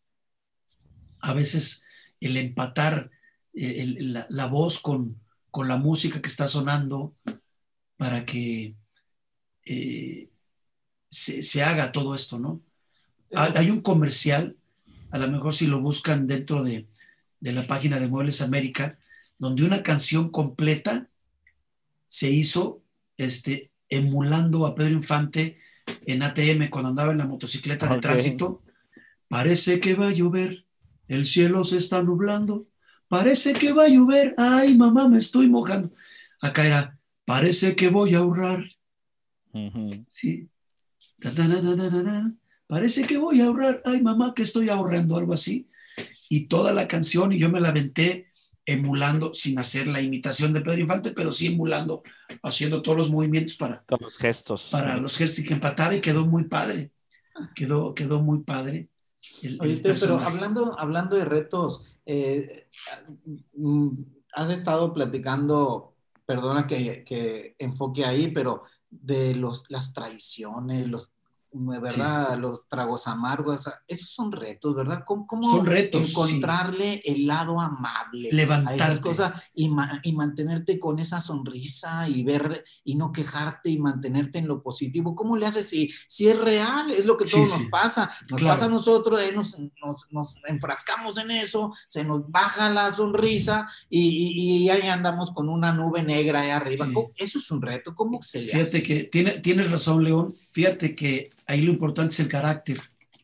[SPEAKER 4] a veces el empatar eh, el, la, la, voz con, con la música que está sonando para que eh, se, se haga todo esto, ¿no? Hay un comercial, a lo mejor si lo buscan dentro de, de la página de Muebles América, donde una canción completa se hizo este, emulando a Pedro Infante en A T M cuando andaba en la motocicleta de
[SPEAKER 1] Ok.
[SPEAKER 4] tránsito. Parece que va a llover, el cielo se está nublando, parece que va a llover, ay mamá me estoy mojando. Acá era, parece que voy a ahorrar.
[SPEAKER 1] Ujú.
[SPEAKER 4] Sí. Da, da, da, da, da, da. Parece que voy a ahorrar, ay mamá que estoy ahorrando, algo así. Y toda la canción, y yo me la aventé emulando, sin hacer la imitación de Pedro Infante, pero sí emulando, haciendo todos los movimientos para,
[SPEAKER 1] Con los gestos.
[SPEAKER 4] para los gestos y que empatara, y quedó muy padre, quedó, quedó muy padre el,
[SPEAKER 3] Oye,
[SPEAKER 4] el
[SPEAKER 3] Teo, pero
[SPEAKER 4] personaje.
[SPEAKER 3] hablando, hablando de retos, eh, mm, has estado platicando, perdona que, que enfoque ahí, pero de los, las traiciones, los, ¿verdad?
[SPEAKER 4] Sí.
[SPEAKER 3] Los tragos amargos, esos son retos, ¿verdad? ¿Cómo,
[SPEAKER 4] Son
[SPEAKER 3] cómo
[SPEAKER 4] retos, sí.
[SPEAKER 3] encontrarle el lado amable a esas
[SPEAKER 4] Levantarte.
[SPEAKER 3] cosas y, ma y mantenerte con esa sonrisa y ver y no quejarte y mantenerte en lo positivo? ¿Cómo le haces si, si es real? Es lo que
[SPEAKER 4] Sí,
[SPEAKER 3] todo nos
[SPEAKER 4] sí.
[SPEAKER 3] pasa. Nos
[SPEAKER 4] Claro.
[SPEAKER 3] pasa a nosotros, eh, nos, nos, nos enfrascamos en eso, se nos baja la sonrisa y, y, y ahí andamos con una nube negra ahí arriba.
[SPEAKER 4] Sí.
[SPEAKER 3] Eso es un reto. ¿Cómo se le
[SPEAKER 4] Fíjate
[SPEAKER 3] hace?
[SPEAKER 4] que tiene, tienes razón, León. Fíjate que ahí lo importante es el carácter.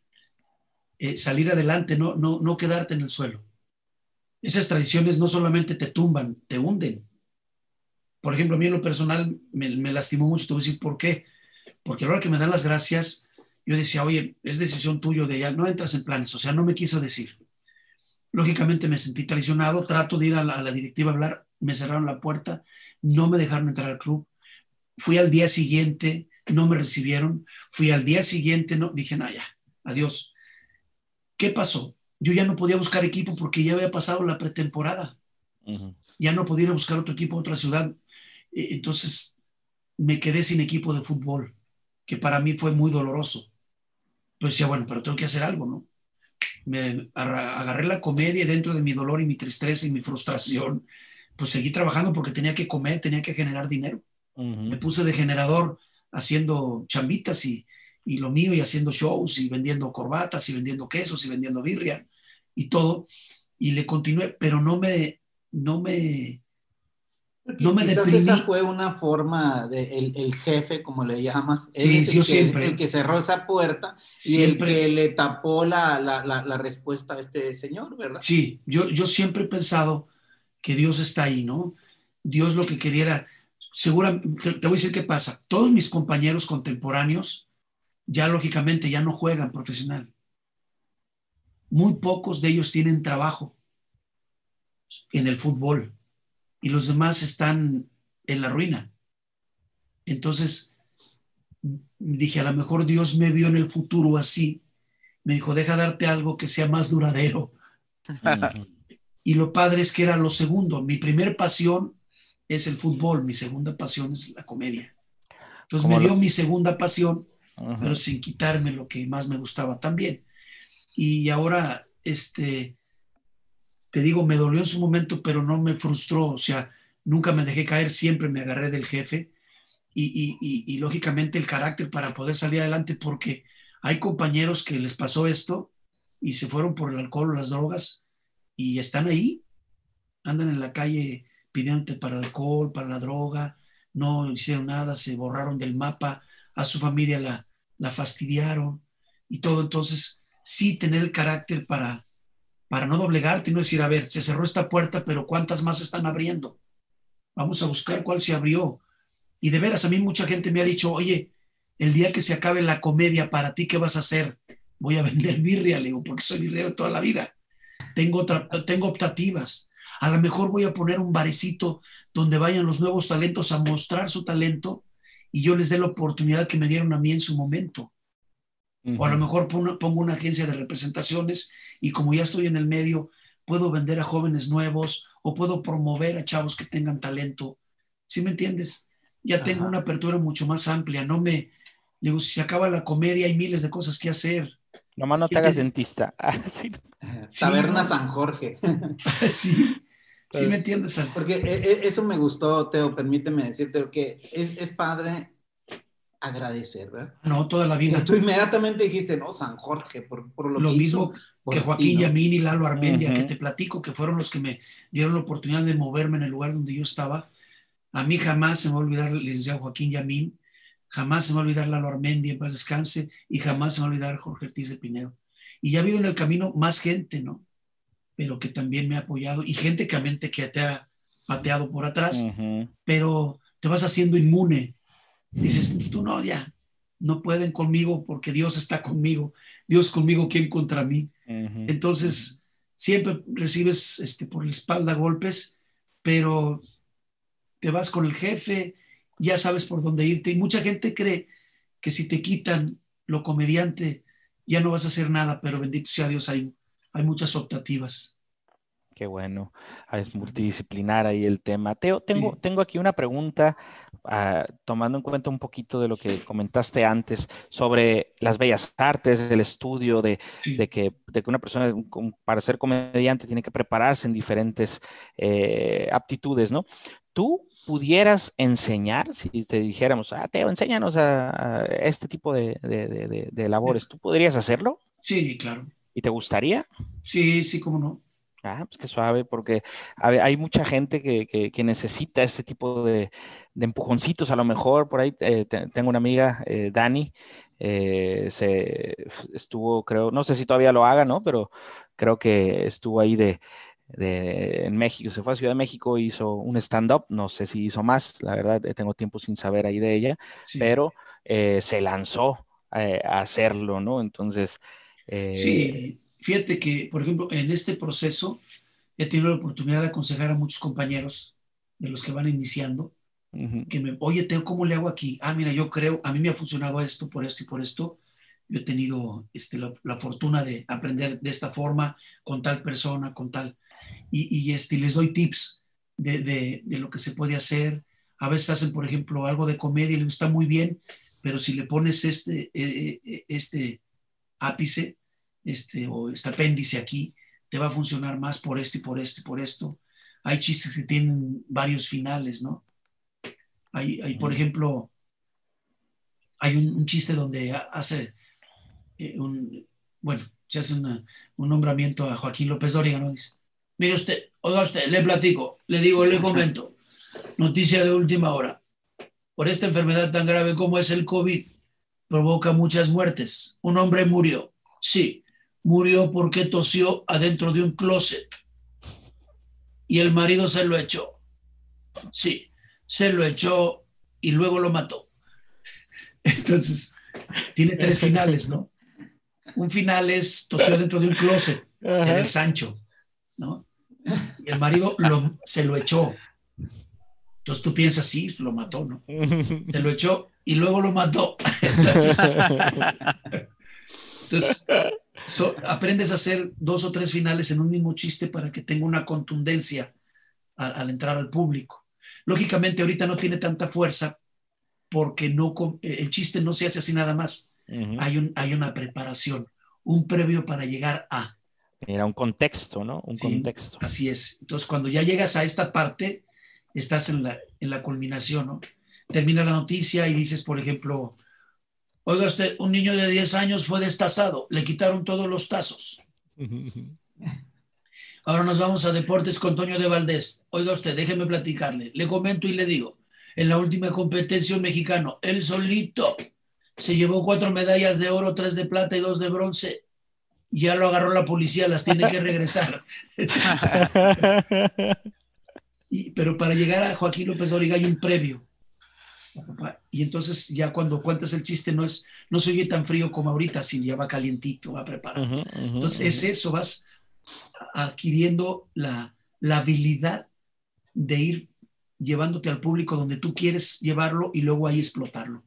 [SPEAKER 4] Eh, salir adelante, no, no, no quedarte en el suelo. Esas tradiciones no solamente te tumban, te hunden. Por ejemplo, a mí en lo personal me, me lastimó mucho. Te voy a decir por qué. Porque a la hora que me dan las gracias, yo decía, oye, es decisión tuya de ya, no entras en planes. O sea, no me quiso decir. Lógicamente me sentí traicionado. Trato de ir a la, a la directiva a hablar. Me cerraron la puerta. No me dejaron entrar al club. Fui al día siguiente, no me recibieron. Fui al día siguiente, no, dije, no, ya, adiós. ¿Qué pasó? Yo ya no podía buscar equipo porque ya había pasado la pretemporada. Uh-huh. Ya no podía ir a buscar otro equipo en otra ciudad. Entonces me quedé sin equipo de fútbol, que para mí fue muy doloroso. Pues decía, bueno, pero tengo que hacer algo, ¿no? Me agarré la comedia y dentro de mi dolor y mi tristeza y mi frustración, pues seguí trabajando porque tenía que comer, tenía que generar dinero. Uh-huh. Me puse de generador haciendo chambitas y, y lo mío y haciendo shows y vendiendo corbatas y vendiendo quesos y vendiendo birria y todo. Y le continué, pero no me, no me, no me
[SPEAKER 3] Quizás
[SPEAKER 4] deprimí.
[SPEAKER 3] esa fue una forma de el, el jefe, como le llamas, él
[SPEAKER 4] Sí,
[SPEAKER 3] es el
[SPEAKER 4] yo
[SPEAKER 3] que,
[SPEAKER 4] siempre.
[SPEAKER 3] el que cerró esa puerta
[SPEAKER 4] Siempre.
[SPEAKER 3] y el que le tapó la, la, la, la respuesta a este señor, ¿verdad?
[SPEAKER 4] Sí, yo, yo siempre he pensado que Dios está ahí, ¿no? Dios lo que quería era, seguramente, te, te voy a decir qué pasa. Todos mis compañeros contemporáneos ya lógicamente ya no juegan profesional. Muy pocos de ellos tienen trabajo en el fútbol y los demás están en la ruina. Entonces dije, a lo mejor Dios me vio en el futuro así. Me dijo, deja darte algo que sea más duradero.
[SPEAKER 1] Ujú.
[SPEAKER 4] Y lo padre es que era lo segundo. Mi primer pasión es el fútbol, mi segunda pasión es la comedia. Entonces me
[SPEAKER 1] Como lo,
[SPEAKER 4] dio mi segunda pasión, pero
[SPEAKER 1] ujú.
[SPEAKER 4] sin quitarme lo que más me gustaba también. Y ahora, este, te digo, me dolió en su momento, pero no me frustró. O sea, nunca me dejé caer, siempre me agarré del jefe. Y, y, y, y lógicamente el carácter para poder salir adelante, porque hay compañeros que les pasó esto y se fueron por el alcohol o las drogas y están ahí, andan en la calle pidiéndote para el alcohol, para la droga, no hicieron nada, se borraron del mapa, a su familia la, la fastidiaron y todo. Entonces, sí tener el carácter para, para no doblegarte y no decir, a ver, se cerró esta puerta, pero ¿cuántas más están abriendo? Vamos a buscar cuál se abrió. Y de veras, a mí mucha gente me ha dicho, oye, el día que se acabe la comedia, ¿para ti qué vas a hacer? Voy a vender birria, le digo, porque soy birriero toda la vida. Tengo, otra, tengo optativas. A lo mejor voy a poner un barecito donde vayan los nuevos talentos a mostrar su talento y yo les dé la oportunidad que me dieron a mí en su momento. O a lo
[SPEAKER 1] Ujú.
[SPEAKER 4] mejor pongo, pongo una agencia de representaciones y como ya estoy en el medio, puedo vender a jóvenes nuevos o puedo promover a chavos que tengan talento. ¿Sí me entiendes? Ya tengo una
[SPEAKER 3] Ajá.
[SPEAKER 4] apertura mucho más amplia. No me, digo, si se acaba la comedia hay miles de cosas que hacer.
[SPEAKER 1] Nomás no te
[SPEAKER 4] ¿Quién
[SPEAKER 1] hagas
[SPEAKER 4] te...
[SPEAKER 1] dentista. Ah, sí.
[SPEAKER 4] Sí,
[SPEAKER 3] Taberna
[SPEAKER 4] no,
[SPEAKER 3] San Jorge.
[SPEAKER 4] sí, sí me entiendes. Al...
[SPEAKER 3] Porque e, e, eso me gustó, Teo, permíteme decirte que es, es padre agradecer, ¿verdad?
[SPEAKER 4] No, toda la
[SPEAKER 3] Que
[SPEAKER 4] vida.
[SPEAKER 3] tú inmediatamente dijiste, no, San Jorge, por, por lo
[SPEAKER 4] Lo
[SPEAKER 3] que hizo
[SPEAKER 4] mismo que
[SPEAKER 3] por ti,
[SPEAKER 4] Joaquín
[SPEAKER 3] ¿no?
[SPEAKER 4] Yamín y Lalo Armendia, que
[SPEAKER 1] Ujú.
[SPEAKER 4] te platico, que fueron los que me dieron la oportunidad de moverme en el lugar donde yo estaba. A mí jamás se me va a olvidar el licenciado Joaquín Yamín, jamás se me va a olvidar Lalo Armendia, en paz descanse, y jamás se me va a olvidar Jorge Ortiz de Pinedo. Y ya ha habido en el camino más gente, ¿no? Pero que también me ha apoyado, y gente que, mente que te ha pateado por atrás,
[SPEAKER 1] Ujú.
[SPEAKER 4] pero te vas haciendo inmune. Dices, tú no, ya, no pueden conmigo porque Dios está conmigo. Dios conmigo, ¿quién contra mí?
[SPEAKER 1] Ujú.
[SPEAKER 4] Entonces, siempre recibes este, por la espalda golpes, pero te vas con el jefe, ya sabes por dónde irte. Y mucha gente cree que si te quitan lo comediante, ya no vas a hacer nada, pero bendito sea Dios, hay, hay muchas optativas.
[SPEAKER 1] Qué bueno, ah, es multidisciplinar ahí el tema. Teo, tengo,
[SPEAKER 4] Sí,
[SPEAKER 1] tengo aquí una pregunta, ah, tomando en cuenta un poquito de lo que comentaste antes sobre las bellas artes, el estudio de, de
[SPEAKER 4] sí.
[SPEAKER 1] que, de que una persona com- para ser comediante tiene que prepararse en diferentes eh, aptitudes, ¿no? ¿Tú pudieras enseñar, si te dijéramos, ah, Teo, enséñanos a, a este tipo de, de de- de- de labores, ¿tú podrías hacerlo?
[SPEAKER 4] Sí, claro.
[SPEAKER 1] ¿Y te gustaría?
[SPEAKER 4] Sí, sí, cómo no.
[SPEAKER 1] Ah, pues qué suave, porque a ver, hay mucha gente que, que- que necesita este tipo de, de empujoncitos. A lo mejor por ahí eh, te- tengo una amiga, eh, Dani, eh, se estuvo, creo, no sé si todavía lo haga, ¿no? Pero creo que estuvo ahí de, de- en México, se fue a Ciudad de México, hizo un stand-up, no sé si hizo más, la verdad, eh, tengo tiempo sin saber ahí de ella,
[SPEAKER 4] Sí.
[SPEAKER 1] pero eh, se lanzó eh, a hacerlo, ¿no? Entonces, eh,
[SPEAKER 4] Sí, fíjate que, por ejemplo, en este proceso he tenido la oportunidad de aconsejar a muchos compañeros de los que van iniciando,
[SPEAKER 1] ujú,
[SPEAKER 4] que me, oye, Teo, ¿cómo le hago aquí? Ah, mira, yo creo, a mí me ha funcionado esto, por esto y por esto. Yo he tenido este, la, la fortuna de aprender de esta forma, con tal persona, con tal. Y, y este, les doy tips de, de, de, lo que se puede hacer. A veces hacen, por ejemplo, algo de comedia y les gusta muy bien, pero si le pones este, eh, eh, este ápice este, o este apéndice aquí, te va a funcionar más por esto y por esto y por esto. Hay chistes que tienen varios finales, ¿no? Hay, hay por
[SPEAKER 1] ujú.
[SPEAKER 4] ejemplo, hay un, un chiste donde hace eh, un, bueno, se hace una, un nombramiento a Joaquín López Dóriga, ¿no? Dice, mire usted, oiga usted, le platico, le digo, le comento. Noticia de última hora. Por esta enfermedad tan grave como es el COVID, provoca muchas muertes. Un hombre murió. Sí, murió porque tosió adentro de un closet. Y el marido se lo echó. Sí, se lo echó y luego lo mató. Entonces, tiene tres finales, ¿no? Un final es tosió dentro de un closet, era el Sancho, ¿no? Y el marido lo, se lo echó. Entonces tú piensas, sí, lo mató, ¿no? Se lo echó y luego lo mató. Entonces, entonces so, aprendes a hacer dos o tres finales en un mismo chiste para que tenga una contundencia al, al entrar al público. Lógicamente ahorita no tiene tanta fuerza porque no, el chiste no se hace así nada más. Uh-huh. Hay, un, hay una preparación, un previo para llegar a.
[SPEAKER 1] Era un contexto, ¿no? Un
[SPEAKER 4] sí,
[SPEAKER 1] contexto.
[SPEAKER 4] Así es. Entonces, cuando ya llegas a esta parte, estás en la, en la culminación, ¿no? Termina la noticia y dices, por ejemplo, oiga usted, un niño de diez años fue destazado, le quitaron todos los tazos. Ahora nos vamos a deportes con Toño de Valdés. Oiga usted, déjeme platicarle. Le comento y le digo, en la última competencia un mexicano, él solito, se llevó cuatro medallas de oro, tres de plata y dos de bronce. Ya lo agarró la policía, las tiene que regresar. y, pero para llegar a Joaquín López Dóriga hay un previo. Y entonces ya cuando cuentas el chiste no es, no se oye tan frío como ahorita, sino ya va calientito, va preparado. Uh-huh, uh-huh, entonces uh-huh. es eso, vas adquiriendo la, la habilidad de ir llevándote al público donde tú quieres llevarlo y luego ahí explotarlo.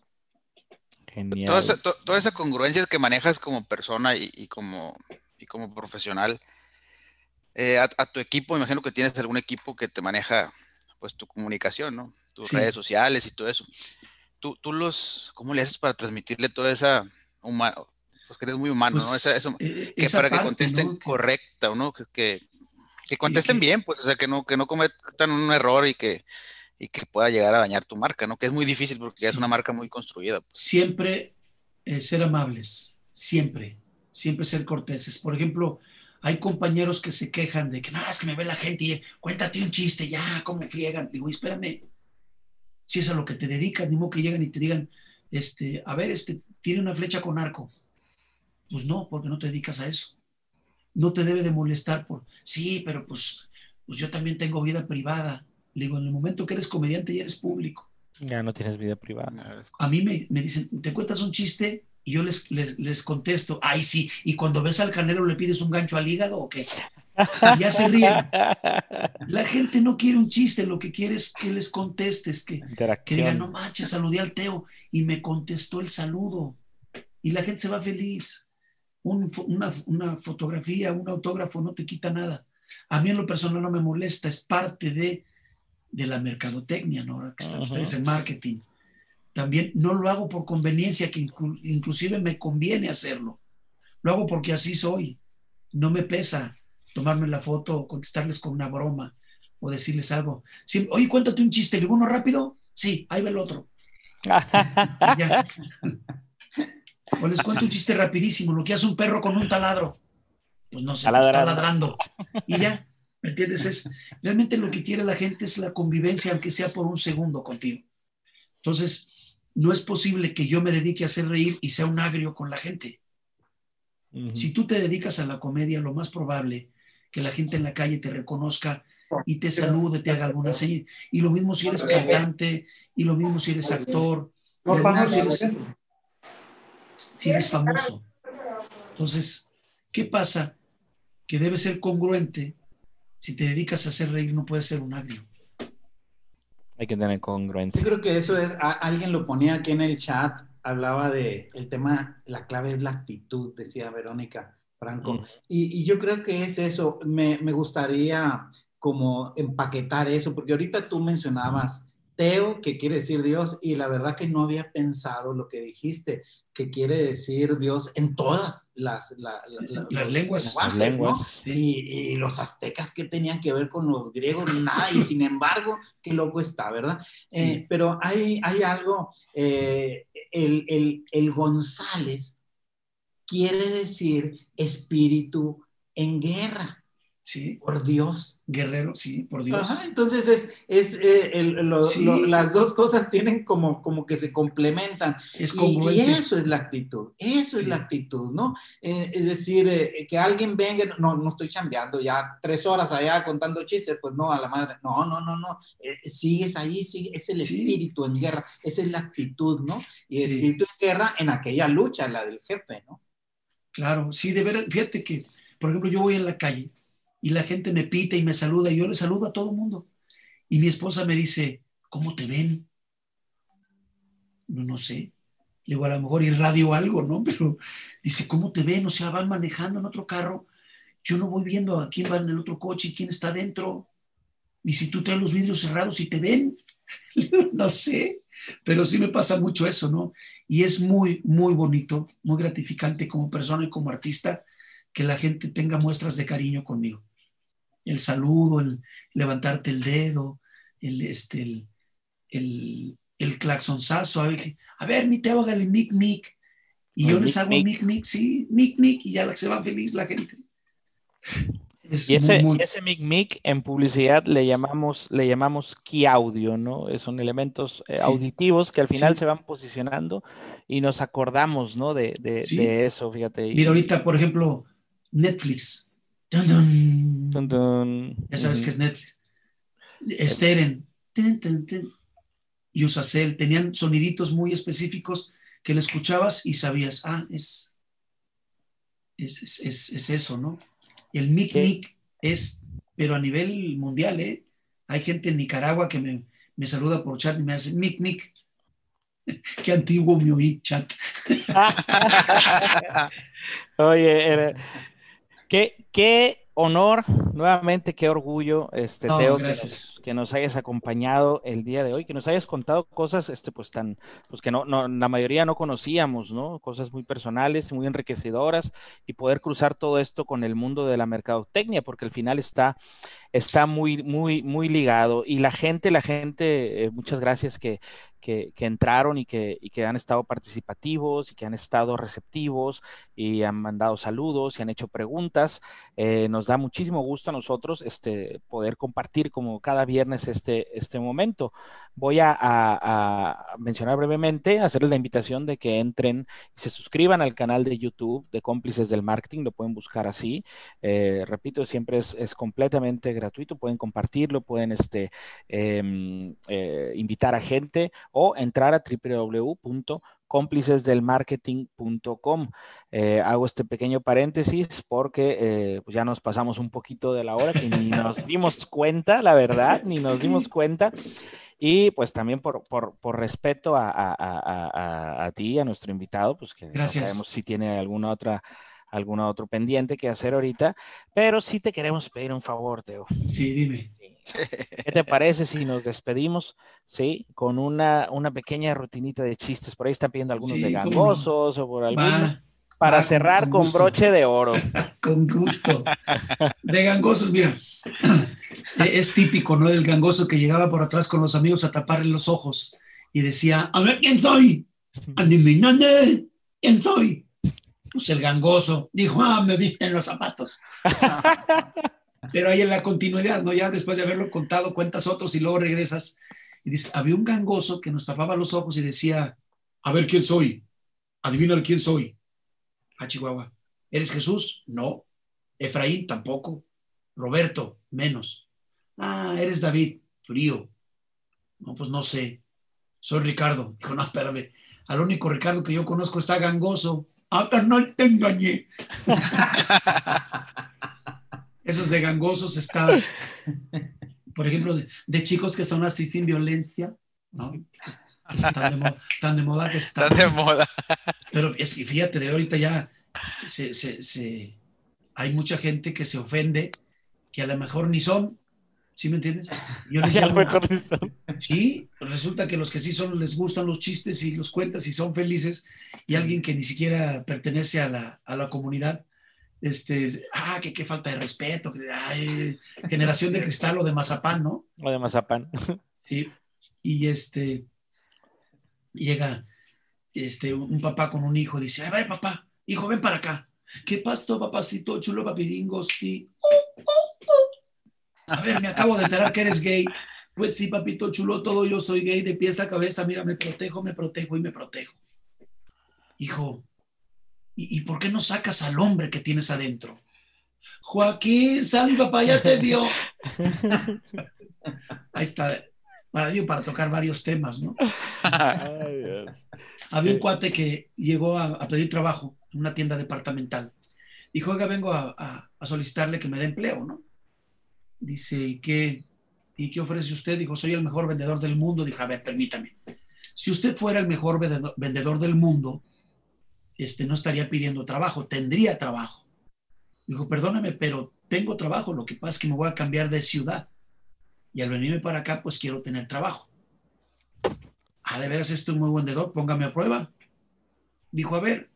[SPEAKER 2] Genial. Toda esa, to, toda esa congruencia que manejas como persona y, y, como, y como profesional, eh, a, a tu equipo, me imagino que tienes algún equipo que te maneja pues tu comunicación, ¿no? Tus sí. redes sociales y todo eso. Tú, tú los, ¿cómo le haces para transmitirle toda esa humana, pues que eres muy humano, pues, ¿no? Esa, eso, eh, que esa para parte, que contesten ¿no? correcta, ¿no? Que, que, que contesten que, bien, pues, o sea, que no, que no cometan un error y que y que pueda llegar a dañar tu marca, ¿no? Que es muy difícil porque sí. es una marca muy construida. Pues.
[SPEAKER 4] Siempre eh, ser amables, siempre, siempre ser corteses. Por ejemplo, hay compañeros que se quejan de que no, es que me ve la gente y cuéntate un chiste, ya, ¿cómo friegan? Digo, espérame, si es a lo que te dedicas, ni modo que llegan y te digan, este, a ver, este, tiene una flecha con arco. Pues no, porque no te dedicas a eso. No te debe de molestar por, sí, pero pues, pues yo también tengo vida privada. Le digo, en el momento que eres comediante ya eres público.
[SPEAKER 1] Ya no tienes vida privada.
[SPEAKER 4] A mí me, me dicen, ¿te cuentas un chiste? Y yo les, les, les contesto, ay, sí. ¿Y cuando ves al Canelo le pides un gancho al hígado o qué? Y ya se ríen. La gente no quiere un chiste, lo que quiere es que les contestes, que, que digan, no manches, saludé al Teo y me contestó el saludo. Y la gente se va feliz. Un, una, una fotografía, un autógrafo no te quita nada. A mí en lo personal no me molesta, es parte de de la mercadotecnia, ¿no? Que están uh-huh. ustedes en marketing. También no lo hago por conveniencia, que inclu- inclusive me conviene hacerlo. Lo hago porque así soy. No me pesa tomarme la foto o contestarles con una broma o decirles algo. Sí, oye, cuéntate un chiste. ¿Le uno rápido? Sí, ahí va el otro. Ya. O les cuento un chiste rapidísimo. Lo que hace un perro con un taladro. Pues no sé, pues está ladrando. Y ya. ¿Me entiendes? Es, realmente lo que quiere la gente es la convivencia, aunque sea por un segundo contigo. Entonces, no es posible que yo me dedique a hacer reír y sea un agrio con la gente. Uh-huh. Si tú te dedicas a la comedia, lo más probable que la gente en la calle te reconozca y te salude, te haga alguna señal. Y lo mismo si eres cantante, y lo mismo si eres actor, y lo mismo si eres, si eres famoso. Entonces, ¿qué pasa? Que debe ser congruente. Si te dedicas a hacer reír, no puedes ser un agrio.
[SPEAKER 1] Hay que tener congruencia.
[SPEAKER 3] Yo creo que eso es, a, alguien lo ponía aquí en el chat, hablaba de el tema, la clave es la actitud, decía Verónica Franco. Mm. Y, y yo creo que es eso, me, me gustaría como empaquetar eso, porque ahorita tú mencionabas Teo, que quiere decir Dios, y la verdad que no había pensado lo que dijiste, que quiere decir Dios en todas las, la, la, la,
[SPEAKER 4] las lenguas,
[SPEAKER 3] lenguajes,
[SPEAKER 1] las lenguas,
[SPEAKER 3] ¿no?
[SPEAKER 4] Sí.
[SPEAKER 3] Y, y los aztecas que tenían que ver con los griegos, nada, y sin embargo, qué loco está, ¿verdad? Sí. Eh, pero hay, hay algo, eh, el, el, el González quiere decir espíritu en guerra.
[SPEAKER 4] Sí.
[SPEAKER 3] Por Dios.
[SPEAKER 4] Guerrero, sí, por Dios.
[SPEAKER 3] Ajá, entonces es, es eh, el, lo, sí. lo, las dos cosas tienen como, como que se complementan.
[SPEAKER 4] Es
[SPEAKER 3] y,
[SPEAKER 4] congruente.
[SPEAKER 3] y eso es la actitud, eso sí. es la actitud, ¿no? Eh, es decir, eh, que alguien venga, no, no estoy chambeando ya tres horas allá contando chistes, pues no, a la madre, no, no, no, no, eh, sigues ahí, sigue, es el sí. espíritu en guerra, esa es la actitud, ¿no? Y el sí. espíritu en guerra en aquella lucha, la del jefe, ¿no?
[SPEAKER 4] Claro, sí, de verdad, fíjate que, por ejemplo, yo voy en la calle y la gente me pita y me saluda y yo le saludo a todo el mundo. Y mi esposa me dice, ¿cómo te ven? No, no sé. Le digo, a lo mejor irradio algo, ¿no? Pero dice, ¿cómo te ven? O sea, van manejando en otro carro. Yo no voy viendo a quién va en el otro coche y quién está dentro. Y si tú traes los vidrios cerrados y te ven, no sé. Pero sí me pasa mucho eso, ¿no? Y es muy, muy bonito, muy gratificante como persona y como artista que la gente tenga muestras de cariño conmigo. El saludo, el levantarte el dedo, el, este, el, el, el claxonzazo. A ver, a ver, mi Teo, hágale mic, mic. Y el yo mic, les hago mic. mic, mic, sí, mic, mic, y ya la, se va feliz la gente.
[SPEAKER 1] Es y ese, muy, muy... ese mic, mic en publicidad le llamamos, le llamamos key audio, ¿no? Son elementos eh, sí. auditivos que al final sí. se van posicionando y nos acordamos, ¿no? De, de, sí. de eso, fíjate.
[SPEAKER 4] Mira, ahorita, por ejemplo, Netflix. Dun, dun.
[SPEAKER 1] Dun, dun.
[SPEAKER 4] Ya sabes uh-huh. que es Netflix. Steren. Ten, ten, ten. Y Usacell tenían soniditos muy específicos que le escuchabas y sabías, ah, es, es, es, es, es eso, ¿no? El mic, ¿Qué? mic es, pero a nivel mundial, ¿eh? Hay gente en Nicaragua que me, me saluda por chat y me hace mic, mic. Qué antiguo me oí, chat.
[SPEAKER 1] Oye, era... qué, qué honor, nuevamente, qué orgullo, este,
[SPEAKER 4] no,
[SPEAKER 1] Teo,
[SPEAKER 4] gracias.
[SPEAKER 1] que nos, que nos hayas acompañado el día de hoy, que nos hayas contado cosas, este, pues tan, pues que no, no, la mayoría no conocíamos, ¿no? Cosas muy personales, muy enriquecedoras, y poder cruzar todo esto con el mundo de la mercadotecnia, porque al final está, está muy, muy, muy ligado. Y la gente, la gente, eh, muchas gracias que, que, que entraron y que, y que han estado participativos y que han estado receptivos y han mandado saludos y han hecho preguntas. Eh, nos da muchísimo gusto a nosotros este, poder compartir como cada viernes este, este momento. Voy a, a, a mencionar brevemente, hacerles la invitación de que entren y se suscriban al canal de YouTube de Cómplices del Marketing, lo pueden buscar así. Eh, repito, siempre es, es completamente gratuito, pueden compartirlo, pueden este, eh, eh, invitar a gente o entrar a doble u doble u doble u punto cómplices del marketing punto com. Eh, hago este pequeño paréntesis porque eh, pues ya nos pasamos un poquito de la hora, que ni nos dimos cuenta, la verdad, ni nos dimos cuenta. Y pues también por, por, por respeto a, a, a, a, a ti, a nuestro invitado, pues que
[SPEAKER 4] Gracias.
[SPEAKER 1] No sabemos si tiene alguna otra, alguna otro pendiente que hacer ahorita, pero sí te queremos pedir un favor, Teo.
[SPEAKER 4] Sí, dime.
[SPEAKER 1] ¿Qué te parece si nos despedimos, sí, con una, una pequeña rutinita de chistes? Por ahí están pidiendo algunos sí, de gangosos no. o por algunos. Va, para va, cerrar con, con, con broche de oro.
[SPEAKER 4] Con gusto. De gangosos, mira, es típico, ¿no? El gangoso que llegaba por atrás con los amigos a taparle los ojos y decía, a ver, ¿quién soy? Adivinando, ¿quién soy? Pues el gangoso dijo, ah, me visten los zapatos. Pero ahí en la continuidad, ¿no? Ya después de haberlo contado, cuentas otros y luego regresas y dices, había un gangoso que nos tapaba los ojos y decía, a ver, ¿quién soy? Adivina quién soy. Ah, Chihuahua. ¿Eres Jesús? No. Efraín, tampoco. Roberto, menos. Ah, ¿eres David? Frío. No, pues no sé. Soy Ricardo. Dijo, no, espérame. Al único Ricardo que yo conozco está gangoso. Ah, no te engañé. Esos de gangosos están, por ejemplo, de, de chicos que son así sin violencia, ¿no? Tan de, mo tan de moda que están.
[SPEAKER 2] Tan de moda.
[SPEAKER 4] Pero es que fíjate, de ahorita ya se, se, se, hay mucha gente que se ofende, que a lo mejor ni son, ¿sí me entiendes? Yo les llamo, sí, resulta que los que sí son, les gustan los chistes y los cuentas y son felices, y alguien que ni siquiera pertenece a la, a la comunidad, este, ah, que qué falta de respeto, que, ay, generación de cristal o de mazapán, ¿no?
[SPEAKER 1] O de mazapán.
[SPEAKER 4] Sí, y este, llega este, un papá con un hijo, dice, a ver, papá, hijo, ven para acá. ¿Qué pasó, papacito chulo, papiringo? Sí. Uh, uh, uh. A ver, me acabo de enterar que eres gay. Pues sí, papito chulo, todo yo soy gay de pies a cabeza. Mira, me protejo, me protejo y me protejo. Hijo, ¿y, y por qué no sacas al hombre que tienes adentro? Joaquín, sal, mi papá ya te vio. Ahí está, para, digo, para tocar varios temas, ¿no?
[SPEAKER 1] Ay, Dios.
[SPEAKER 4] Había un cuate que llegó a, a pedir trabajo en una tienda departamental. Dijo, oiga, vengo a, a, a solicitarle que me dé empleo, ¿no? Dice, ¿y qué, ¿y qué ofrece usted? Dijo, soy el mejor vendedor del mundo. Dijo, a ver, permítame. Si usted fuera el mejor vendedor, vendedor del mundo, este, no estaría pidiendo trabajo, tendría trabajo. Dijo, perdóname, pero tengo trabajo, lo que pasa es que me voy a cambiar de ciudad. Y al venirme para acá, pues quiero tener trabajo. Ah, de veras, esto es muy buen vendedor, póngame a prueba. Dijo, a ver,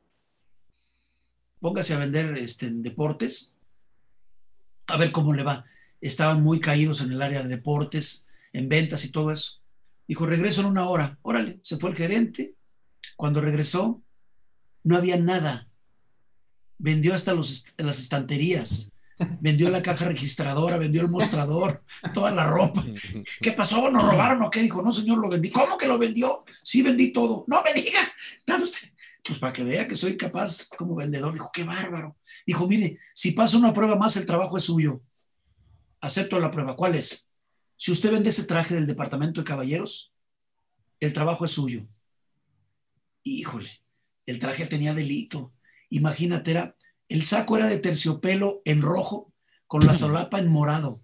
[SPEAKER 4] póngase a vender este, en deportes, a ver cómo le va. Estaban muy caídos en el área de deportes, en ventas y todo eso. Dijo, regreso en una hora. Órale, se fue el gerente. Cuando regresó, no había nada. Vendió hasta los, las estanterías, vendió la caja registradora, vendió el mostrador, toda la ropa. ¿Qué pasó? ¿Nos robaron o qué? Dijo, no, señor, lo vendí. ¿Cómo que lo vendió? Sí, vendí todo. No me diga. Dame usted. Pues para que vea que soy capaz como vendedor. Dijo, qué bárbaro. Dijo, mire, si pasa una prueba más, el trabajo es suyo. Acepto la prueba. ¿Cuál es? Si usted vende ese traje del departamento de caballeros, el trabajo es suyo. Híjole, el traje tenía delito. Imagínate, era, el saco era de terciopelo en rojo con la solapa en morado.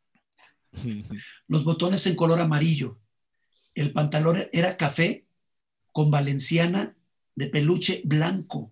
[SPEAKER 4] Los botones en color amarillo. El pantalón era café con valenciana de peluche blanco.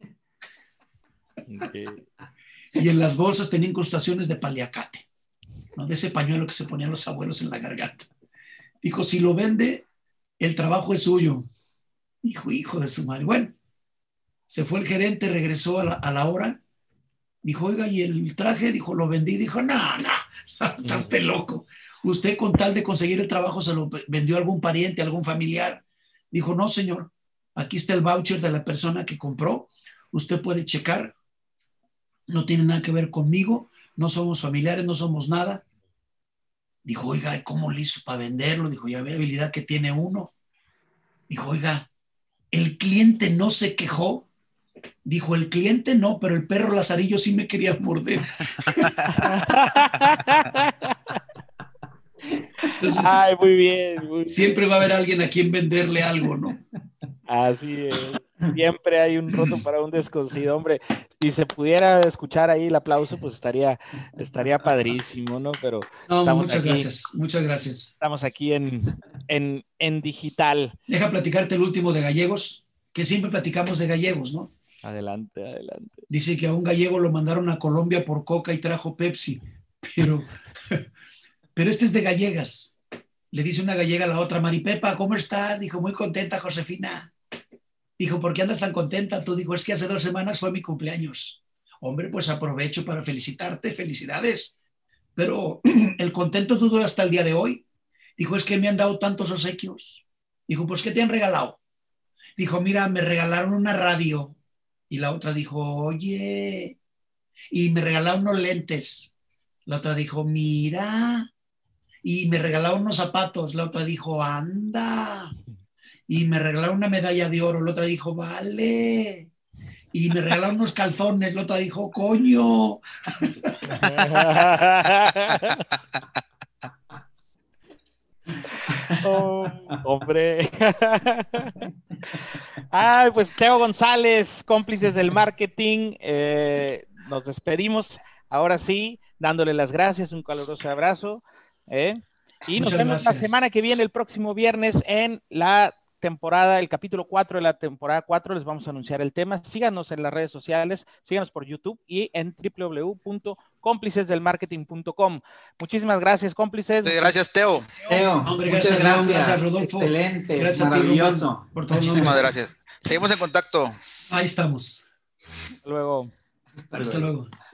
[SPEAKER 4] Okay. Y en las bolsas tenía incrustaciones de paliacate, ¿no? De ese pañuelo que se ponían los abuelos en la garganta. Dijo, si lo vende, el trabajo es suyo. Dijo, hijo de su madre. Bueno, se fue el gerente, regresó a la, a la hora. Dijo, oiga, ¿y el traje? Dijo, lo vendí. Dijo, no, no, estás de loco. Usted con tal de conseguir el trabajo se lo vendió a algún pariente, a algún familiar. Dijo, no, señor, aquí está el voucher de la persona que compró. Usted puede checar. No tiene nada que ver conmigo. No somos familiares, no somos nada. Dijo, oiga, ¿cómo le hizo para venderlo? Dijo, ya ve habilidad que tiene uno. Dijo, oiga, ¿el cliente no se quejó? Dijo, el cliente no, pero el perro Lazarillo sí me quería morder. Entonces,
[SPEAKER 1] ay, muy bien, muy
[SPEAKER 4] siempre
[SPEAKER 1] bien.
[SPEAKER 4] va a haber alguien a quien venderle algo, ¿no?
[SPEAKER 1] Así es. Siempre hay un roto para un descosido, hombre. Si se pudiera escuchar ahí el aplauso, pues estaría, estaría padrísimo, ¿no? Pero
[SPEAKER 4] no,
[SPEAKER 1] estamos
[SPEAKER 4] muchas
[SPEAKER 1] aquí,
[SPEAKER 4] gracias, muchas gracias.
[SPEAKER 1] Estamos aquí en, en, en digital.
[SPEAKER 4] Deja platicarte el último de gallegos, que siempre platicamos de gallegos, ¿no?
[SPEAKER 1] Adelante, adelante.
[SPEAKER 4] Dice que a un gallego lo mandaron a Colombia por coca y trajo Pepsi, pero, pero este es de gallegas. Le dice una gallega a la otra, Maripepa, ¿cómo estás? Dijo, muy contenta, Josefina. Dijo, ¿por qué andas tan contenta? Tú, dijo, es que hace dos semanas fue mi cumpleaños. Hombre, pues aprovecho para felicitarte, felicidades. Pero el contento tú dura hasta el día de hoy. Dijo, es que me han dado tantos obsequios. Dijo, pues, ¿qué te han regalado? Dijo, mira, me regalaron una radio. Y la otra dijo, oye, y me regalaron unos lentes. La otra dijo, mira, y me regalaron unos zapatos. La otra dijo, anda. Y me regalaron una medalla de oro. La otra dijo, vale. Y me regalaron unos calzones. La otra dijo, coño.
[SPEAKER 1] Oh, hombre. Ay, pues Teo González, cómplices del marketing. Eh, nos despedimos. Ahora sí, dándole las gracias, un caluroso abrazo. ¿eh? Y
[SPEAKER 4] Muchas
[SPEAKER 1] nos vemos
[SPEAKER 4] gracias.
[SPEAKER 1] la semana que viene, el próximo viernes, en la temporada, el capítulo cuatro de la temporada cuatro. Les vamos a anunciar el tema. Síganos en las redes sociales, síganos por YouTube y en doble u doble u doble u punto cómplices del marketing punto com. Muchísimas gracias, cómplices.
[SPEAKER 2] Sí, gracias, Teo.
[SPEAKER 3] Teo,
[SPEAKER 4] Hombre,
[SPEAKER 3] muchas
[SPEAKER 4] gracias,
[SPEAKER 3] gracias.
[SPEAKER 4] gracias, Rodolfo.
[SPEAKER 3] Excelente,
[SPEAKER 4] Gracias a ti,
[SPEAKER 3] maravilloso.
[SPEAKER 4] Román, por todo.
[SPEAKER 2] Muchísimas gracias. Seguimos en contacto.
[SPEAKER 4] Ahí estamos.
[SPEAKER 1] Hasta luego.
[SPEAKER 3] Hasta
[SPEAKER 4] Hasta
[SPEAKER 3] luego.
[SPEAKER 4] luego.